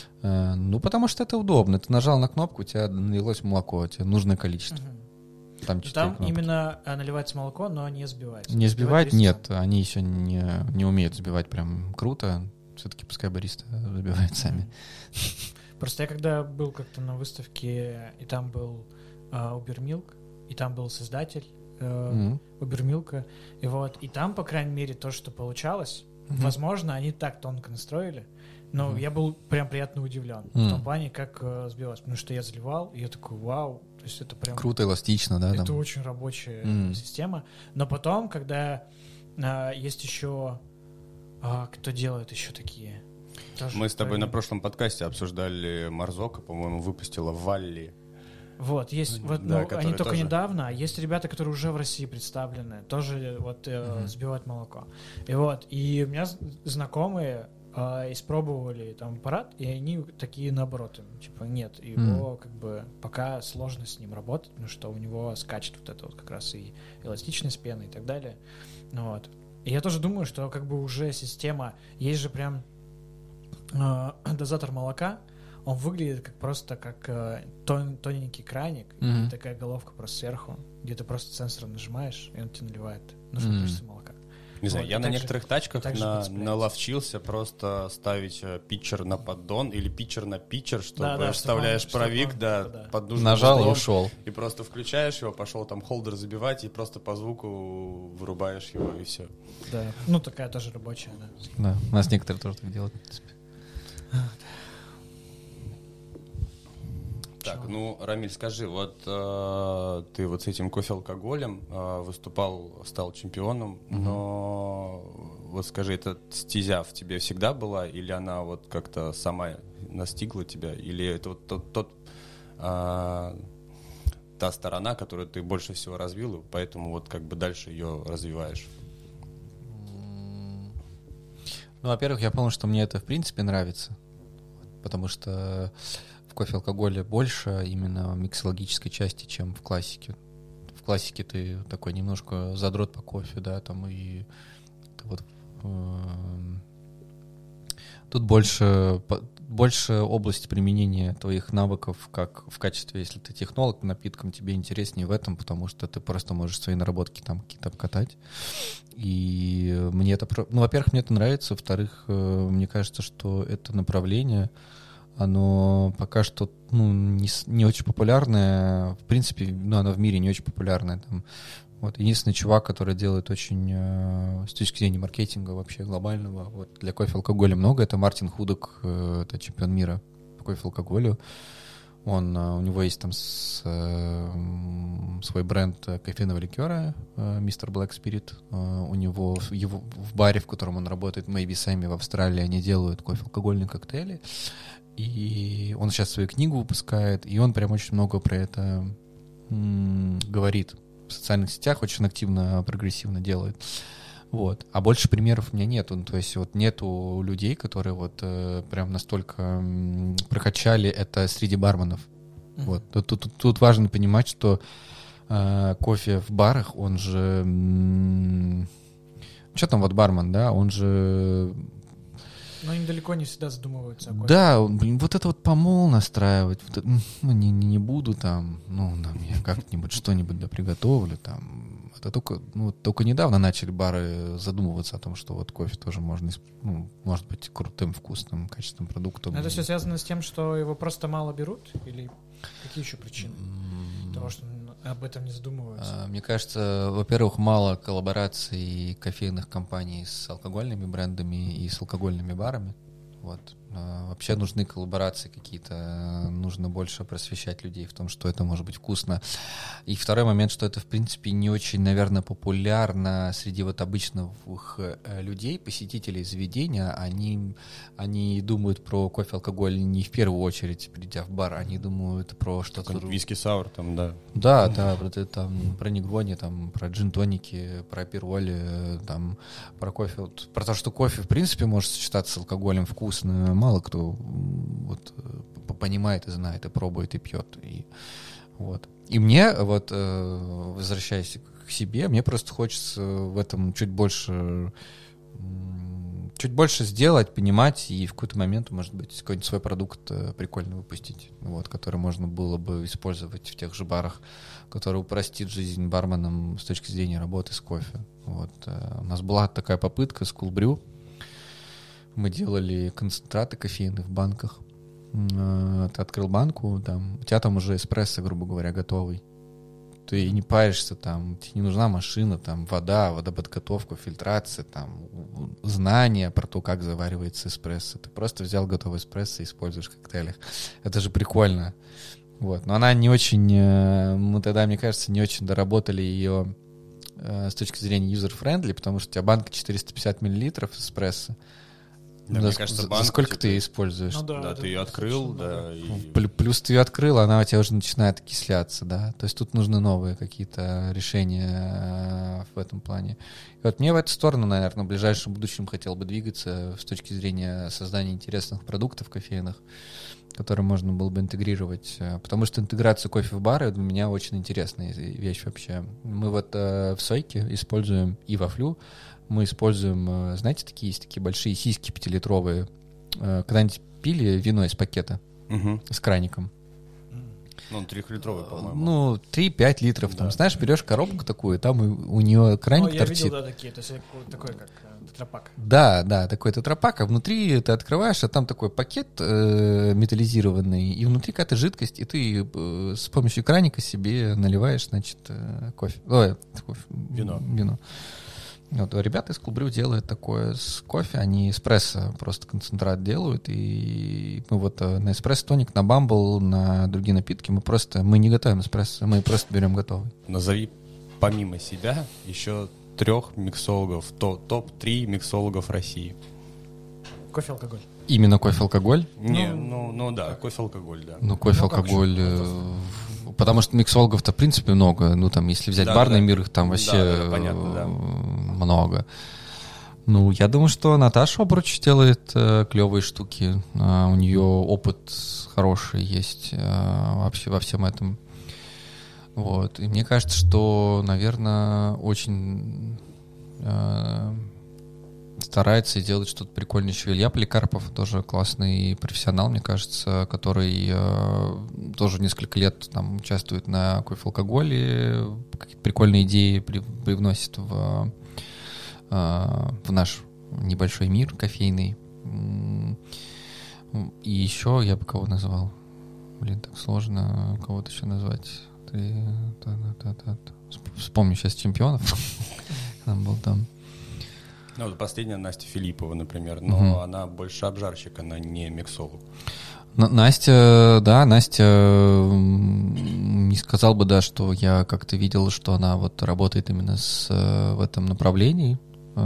Ну, потому что это удобно. Ты нажал на кнопку, у тебя налилось молоко, тебе нужное количество. Там 4 Там кнопки. именно наливается молоко, но не сбивается. Не сбивать? 200 Нет, они еще не умеют сбивать прям круто. Все-таки пускай бариста забивает сами. Просто я когда был как-то на выставке, и там был Ubermilk, и там был создатель Ubermilk, и вот, и там, по крайней мере, то, что получалось, возможно, они так тонко настроили, но я был прям приятно удивлен в том плане, как сбивалось, потому что я заливал, и я такой, вау, то есть это прям... Круто, эластично, да? Это там? очень рабочая система, но потом, когда есть еще... кто делает еще такие... тоже Мы с тобой на проверенные. прошлом подкасте обсуждали Марзока, по-моему, выпустила Валли. Вот, есть, вот, Да, ну, которые они только тоже- недавно, а есть ребята, которые уже в России представлены, тоже вот сбивают молоко. И вот, и у меня знакомые испробовали там аппарат, и они такие наоборот, типа нет, его как бы пока сложно с ним работать, потому что у него скачет вот это вот как раз и эластичность пены и так далее. Вот. И я тоже думаю, что как бы уже система, есть же прям дозатор молока, он выглядит как просто как тоненький краник, и такая головка просто сверху, где ты просто сенсором нажимаешь, и он тебе наливает нужное количество молока. Не знаю, Вот, я и на так же- некоторых тачках так же подцепляется. наловчился просто ставить питчер на поддон или питчер на питчер, чтобы Да, чтобы вставляешь он- правик, чтобы да, он- да. под нужным Нажал и углом, ушел. и просто включаешь его, пошел там холдер забивать, и просто по звуку вырубаешь его, и все. Да. Ну, такая тоже рабочая, да. Да, у нас некоторые тоже так делают, в принципе. Так, ну, Рамиль, скажи, вот ты вот с этим кофе-алкоголем выступал, стал чемпионом, но вот скажи, эта стезя в тебе всегда была, или она вот как-то сама настигла тебя, или это вот та сторона, которую ты больше всего развил, и поэтому вот как бы дальше ее развиваешь? Ну, во-первых, я понял, что мне это в принципе нравится, потому что в кофе-алкоголе больше именно миксологической части, чем в классике. В классике ты такой немножко задрот по кофе, да, там и вот тут больше области применения твоих навыков, как в качестве, если ты технолог по напиткам, тебе интереснее в этом, потому что ты просто можешь свои наработки там какие-то обкатать. И мне это, ну, во-первых, мне это нравится, во-вторых, мне кажется, что это направление, оно пока что, ну, не очень популярное, в принципе, ну, оно в мире не очень популярное. Там, вот, единственный чувак, который делает очень, с точки зрения маркетинга вообще глобального, вот, для кофе-алкоголя много, это Мартин Худок, это чемпион мира по кофе-алкоголю. У него есть там свой бренд кофейного ликера, Mr. Black Spirit. У него в баре, в котором он работает, Maybe Sammy в Австралии, они делают кофе-алкогольные коктейли. И он сейчас свою книгу выпускает, и он прям очень много про это говорит. В социальных сетях очень активно, прогрессивно делает. Вот. А больше примеров у меня нету. Ну, то есть вот нету людей, которые вот прям настолько прокачали это среди барменов. Вот. Тут важно понимать, что кофе в барах, он же... что там вот бармен, да? Он же... Но они далеко не всегда задумываются о кофе. Да, блин, вот это вот помол настраивать, вот это, ну, не буду там, ну, там, я как-нибудь что-нибудь да приготовлю, там, это только недавно начали бары задумываться о том, что вот кофе тоже можно, ну, может быть крутым, вкусным, качественным продуктом. Но это все связано с тем, что его просто мало берут, или какие еще причины того, что об этом не задумываются? Мне кажется, во-первых, мало коллабораций кофейных компаний с алкогольными брендами и с алкогольными барами. Вот. Вообще нужны коллаборации какие-то, нужно больше просвещать людей в том, что это может быть вкусно. И второй момент, что это, в принципе, не очень, наверное, популярно среди вот обычных людей, посетителей заведения. Они думают про кофе, алкоголь не в первую очередь, придя в бар, они думают про что-то... Виски-саур там, да. Да, там, про негрони, там, про джин-тоники, про пироли, там, про кофе. Вот, про то, что кофе, в принципе, может сочетаться с алкоголем вкусно, мало кто вот понимает и знает, и пробует, и пьет. И, вот. И мне, вот, возвращаясь к себе, мне просто хочется в этом чуть больше сделать, понимать, и в какой-то момент, может быть, какой-нибудь свой продукт прикольно выпустить, вот, который можно было бы использовать в тех же барах, который упростит жизнь барменам с точки зрения работы с кофе. Вот. У нас была такая попытка с Cool Brew. Мы делали концентраты кофейные в банках. Ты открыл банку, там, у тебя там уже эспрессо, грубо говоря, готовый. Ты не паришься, там, тебе не нужна машина, там, водоподготовка, фильтрация, там, знания про то, как заваривается эспрессо. Ты просто взял готовый эспрессо и используешь в коктейлях. Это же прикольно. Вот. Но она не очень, мы тогда, мне кажется, не очень доработали ее с точки зрения user-friendly, потому что у тебя банка 450 миллилитров эспрессо. Да, мне кажется, банк, сколько типа, ты используешь? Ну, да, ты ее открыл, да. Плюс ты ее открыл, она у тебя уже начинает окисляться, да. То есть тут нужны новые какие-то решения в этом плане. И вот мне в эту сторону, наверное, в ближайшем будущем хотел бы двигаться с точки зрения создания интересных продуктов кофейных, которые можно было бы интегрировать. Потому что интеграция кофе в бары для меня очень интересная вещь вообще. Мы вот в Сойке используем и вафлю. Мы используем, знаете, есть такие большие сиськи 5-литровые. Когда-нибудь пили вино из пакета с краником? Ну, 3-литровый, по-моему. Ну, 3-5 литров. Да. Там, знаешь, берешь коробку такую, там у нее краник торчит. Я видел, да, такие. То есть такой, как тетрапак. Да, такой тетрапак. А внутри ты открываешь, а там такой пакет металлизированный, и внутри какая-то жидкость, и ты с помощью краника себе наливаешь, значит, кофе. Вино. Вот, ребята из Cool Brew делают такое с кофе, они эспрессо, просто концентрат делают, и мы вот на эспрессо-тоник, на бамбл, на другие напитки мы не готовим эспрессо, мы просто берем готовый. Назови помимо себя еще 3 миксологов, топ-3 миксологов России. Кофе-алкоголь. Именно кофе-алкоголь? Ну да, кофе-алкоголь, да. Ну, кофе-алкоголь... Потому что миксологов-то, в принципе, много. Ну, там, если взять барный мир, их там вообще понятно, да. много. Ну, я думаю, что Наташа Обруч делает клевые штуки. У нее опыт хороший есть вообще во всем этом. Вот. И мне кажется, что, наверное, очень старается и делает что-то прикольное еще. Илья Поликарпов тоже классный профессионал, мне кажется, который тоже несколько лет там участвует на кофе алкоголе, какие-то прикольные идеи привносит в наш небольшой мир кофейный. И еще я бы кого назвал? Блин, так сложно кого-то еще назвать. Вспомню сейчас чемпионов. Там был там. Ну, вот последняя Настя Филиппова, например, но она больше обжарщик, она не миксолог. Настя, не сказал бы, да, что я как-то видел, что она вот работает именно в этом направлении.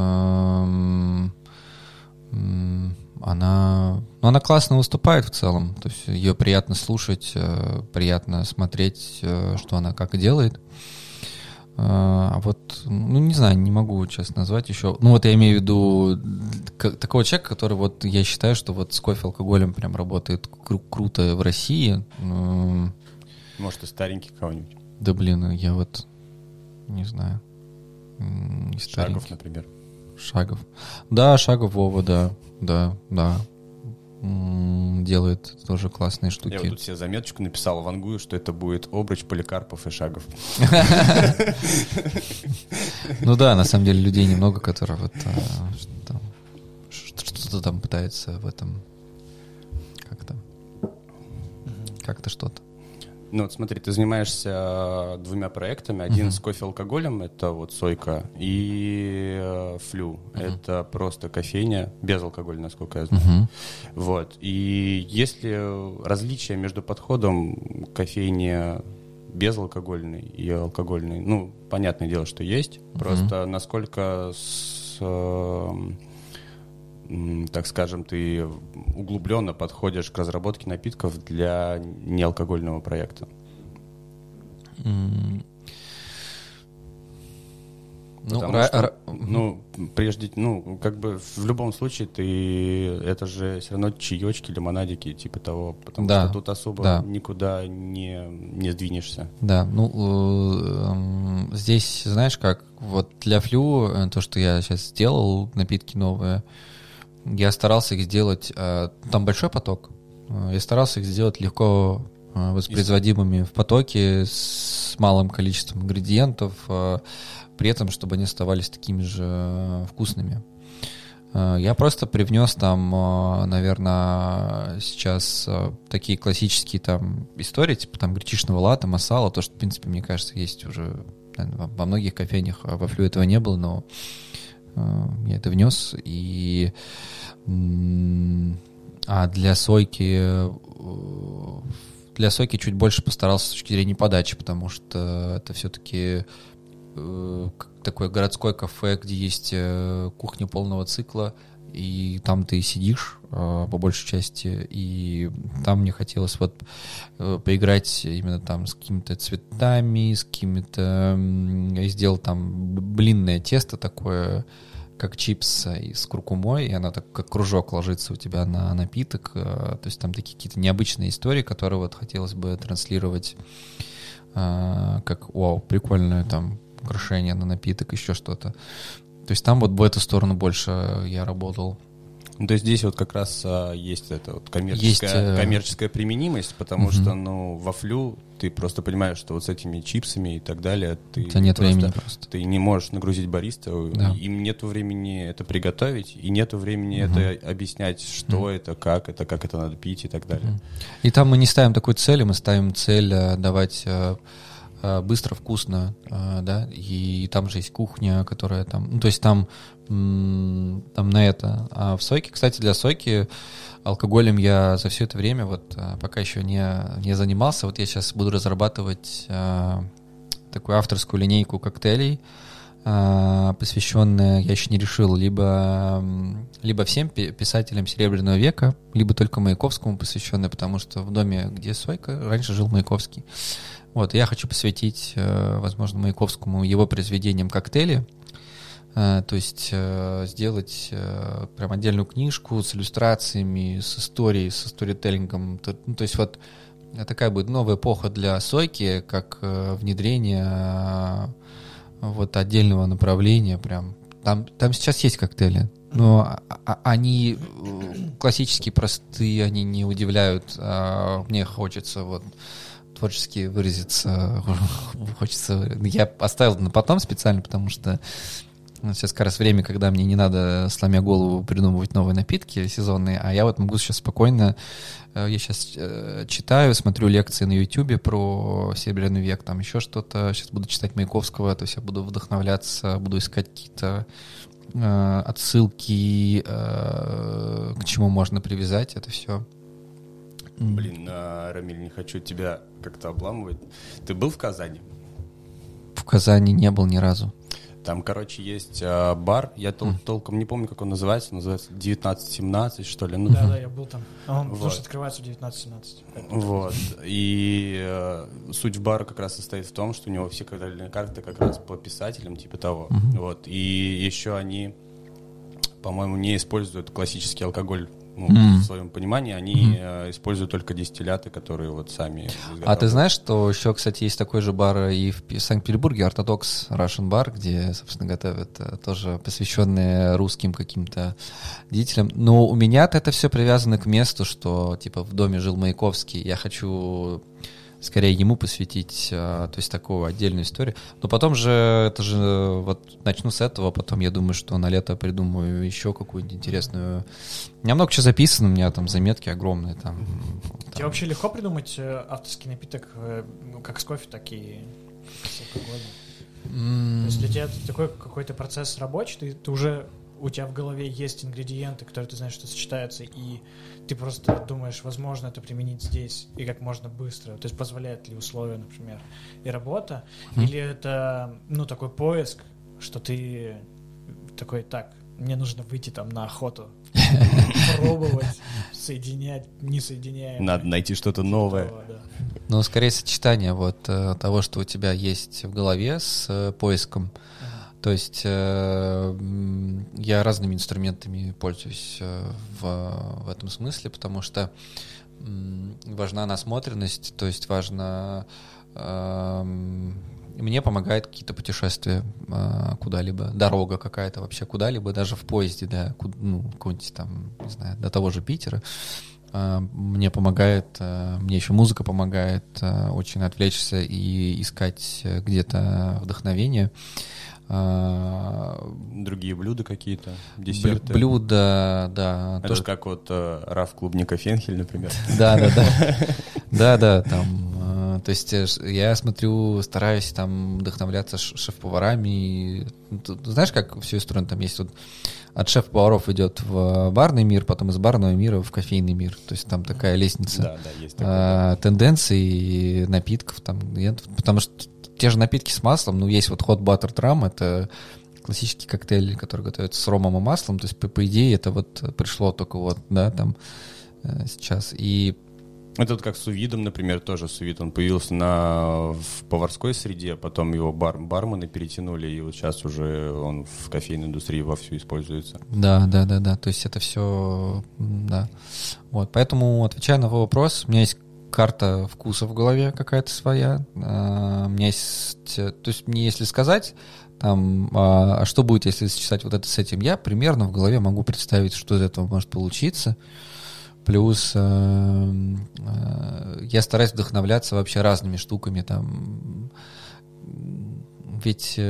Она классно выступает в целом, то есть ее приятно слушать, приятно смотреть, что она как делает. А вот, ну, не знаю, не могу сейчас назвать еще. Ну, вот я имею в виду такого человека, который вот, я считаю, что вот с кофе алкоголем прям работает круто в России. Может, и старенький кого-нибудь? Да, блин, я вот не знаю. Не Шагов, например. Шагов. Да, Шагов Вова, да. Делает тоже классные штуки. Я вот тут себе заметочку написал, вангую, что это будет Обруч, Поликарпов и Шагов. Ну да, на самом деле людей немного, которые вот что-то там пытаются в этом как-то что-то. Ну вот смотри, ты занимаешься двумя проектами. Один с кофе-алкоголем, это вот Сойка, и Флю. Это просто кофейня, безалкогольная, насколько я знаю. Вот. И есть ли различия между подходом кофейни безалкогольной и алкогольной? Ну, понятное дело, что есть. Просто насколько так скажем, ты углубленно подходишь к разработке напитков для неалкогольного проекта? Прежде, как бы в любом случае это же все равно чаечки, лимонадики, типа того, потому что тут особо никуда не сдвинешься. Да, здесь, знаешь как, вот для Флю, то, что я сейчас сделал, напитки новые, я старался их сделать, там большой поток, я старался их сделать легко воспроизводимыми в потоке с малым количеством ингредиентов, при этом, чтобы они оставались такими же вкусными. Я просто привнес там, наверное, сейчас такие классические там истории, типа там гречишного латте, масала, то, что, в принципе, мне кажется, есть уже во многих кофейнях, во Флю этого не было, но я это внес, а для сойки чуть больше постарался с точки зрения подачи, потому что это все-таки такое городское кафе, где есть кухня полного цикла, и там ты сидишь по большей части, и там мне хотелось вот поиграть именно там с какими-то цветами, с какими-то... Я сделал там блинное тесто такое, как чипс с куркумой, и она так как кружок ложится у тебя на напиток. То есть там такие какие-то необычные истории, которые вот хотелось бы транслировать как, вау, прикольное там украшение на напиток, еще что-то. То есть там вот в эту сторону больше я работал. То есть здесь вот как раз есть эта вот коммерческая применимость, потому что, во Флю ты просто понимаешь, что вот с этими чипсами и так далее нет времени просто. Ты не можешь нагрузить бариста, им нету времени это приготовить, и нету времени это объяснять, что это, как это надо пить и так далее. И там мы не ставим такой цели, мы ставим цель давать быстро, вкусно, да, и там же есть кухня, которая там, то есть там на это. А в Сойке, кстати, для Сойки алкоголем я за все это время вот пока еще не занимался. Вот я сейчас буду разрабатывать такую авторскую линейку коктейлей, посвященная, я еще не решил, либо всем писателям Серебряного века, либо только Маяковскому посвященная, потому что в доме, где Сойка, раньше жил Маяковский. Вот, я хочу посвятить, возможно, Маяковскому его произведениям коктейли, То есть сделать прям отдельную книжку с иллюстрациями, с историей, со сторителлингом. То есть вот такая будет новая эпоха для Сойки, как внедрение вот отдельного направления. Прям. Там сейчас есть коктейли, но они классические, простые, они не удивляют. Мне хочется вот творчески выразиться. Хочется. Я оставил на потом специально, потому что сейчас как раз время, когда мне не надо, сломя голову, придумывать новые напитки сезонные, а я вот могу сейчас спокойно, я сейчас читаю, смотрю лекции на Ютубе про Серебряный век, там еще что-то, сейчас буду читать Маяковского, то есть я буду вдохновляться, буду искать какие-то отсылки, к чему можно привязать это все. Блин, Рамиль, не хочу тебя как-то обламывать. Ты был в Казани? В Казани не был ни разу. Там, короче, есть бар, я толком не помню, как он называется 1917, что ли. Да, я был там. Он вот. Потому что открывается в 1917. Вот. И суть бара как раз состоит в том, что у него все коктейльные карты как раз по писателям, типа того. Вот. И еще они, по-моему, не используют классический алкоголь. В своем понимании они используют только дистилляты, которые вот сами изготавливают. А ты знаешь, что еще, кстати, есть такой же бар и в Санкт-Петербурге, Ортодокс Russian бар, где, собственно, готовят тоже посвященные русским каким-то деятелям. Но у меня-то это все привязано к месту, что типа в доме жил Маяковский. Я хочу скорее ему посвятить, то есть такую отдельную историю. Но потом же, это же, вот начну с этого, потом я думаю, что на лето придумаю еще какую-нибудь интересную. У меня много чего записано, у меня там заметки огромные. Там. Тебе вообще легко придумать авторский напиток как с кофе, так и с алкоголем? То есть для тебя это такой какой-то процесс рабочий, ты уже у тебя в голове есть ингредиенты, которые ты знаешь, что сочетаются, и ты просто думаешь, возможно это применить здесь и как можно быстро. То есть позволяет ли условия, например, и работа, или это, такой поиск, что ты такой, так, мне нужно выйти там на охоту, пробовать, соединять, не соединяя. Надо найти что-то новое. Ну, скорее сочетание вот того, что у тебя есть в голове с поиском. То есть я разными инструментами пользуюсь в этом смысле, потому что важна насмотренность, то есть важно... Мне помогает какие-то путешествия куда-либо, дорога какая-то вообще куда-либо, даже в поезде, да, какой-нибудь там, не знаю, до того же Питера. Мне помогает, мне еще музыка помогает очень отвлечься и искать где-то вдохновение. Другие блюда какие-то, десерты. Блюда, да. Это то, как вот раф клубника фенхель, например. Да, там. То есть я смотрю, стараюсь там вдохновляться шеф-поварами. Знаешь, как все устроено? Там есть вот от шеф-поваров идет в барный мир, потом из барного мира в кофейный мир. То есть там такая лестница. Да, есть такое. Тенденций, напитков там. Потому что те же напитки с маслом, есть вот hot buttered rum, это классический коктейль, который готовится с ромом и маслом, то есть по идее это вот пришло только вот, да, там сейчас. И это вот как с сувидом, например, тоже сувид, он появился в поварской среде, потом его бармены перетянули, и вот сейчас уже он в кофейной индустрии вовсю используется. Да, то есть это все, да. Вот, поэтому, отвечая на твой вопрос, у меня есть карта вкуса в голове какая-то своя. У меня есть... То есть мне если сказать, там, а что будет, если сочетать вот это с этим, я примерно в голове могу представить, что из этого может получиться. Плюс я стараюсь вдохновляться вообще разными штуками. Там. Ведь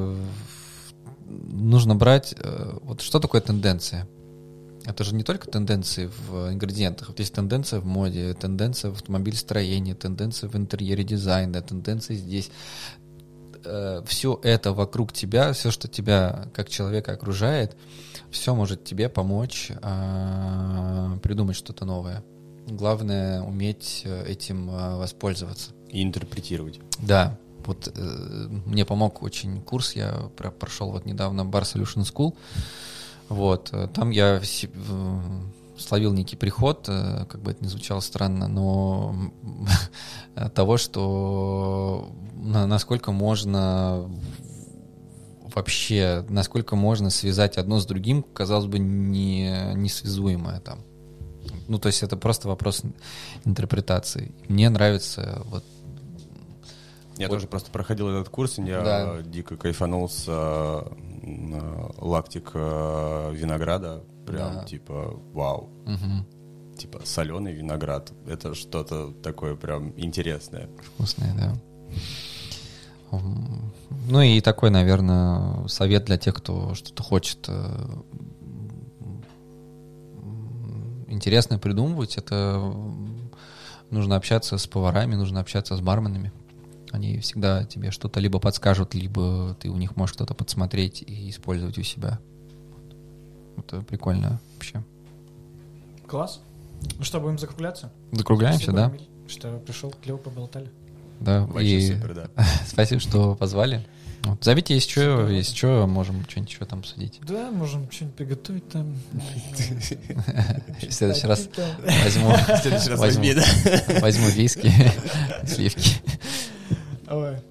нужно брать... Вот что такое тенденция? Это же не только тенденции в ингредиентах. Вот есть тенденция в моде, тенденция в автомобильстроении, тенденция в интерьере дизайна, тенденции здесь. Все это вокруг тебя, все, что тебя как человека окружает, все может тебе помочь придумать что-то новое. Главное уметь этим воспользоваться. И интерпретировать. Да. Вот мне помог очень курс, я прошел вот недавно Bar Solution School. Вот, там я словил некий приход, как бы это ни звучало странно, но того, что насколько можно вообще, насколько можно связать одно с другим, казалось бы, несвязуемое там. Ну, то есть это просто вопрос интерпретации. Мне нравится вот... Я тоже просто проходил этот курс, и я дико кайфанул с лактик винограда. Прям типа вау. Типа соленый виноград. Это что-то такое прям интересное. Вкусное, да. Ну и такой, наверное, совет для тех, кто что-то хочет интересное придумывать. Это нужно общаться с поварами, нужно общаться с барменами. Они всегда тебе что-то либо подскажут, либо ты у них можешь что-то подсмотреть и использовать у себя. Это прикольно вообще. Класс. Ну что, будем закругляться? Закругляемся, Спасибо, да? Эмиль, что пришел, клево поболтали. Да, Вообще и супер, да. спасибо, что позвали. Вот, зовите, если что, можем что-нибудь еще там обсудить. Да, можем что-нибудь приготовить там. В следующий раз возьму виски, сливки. Ой.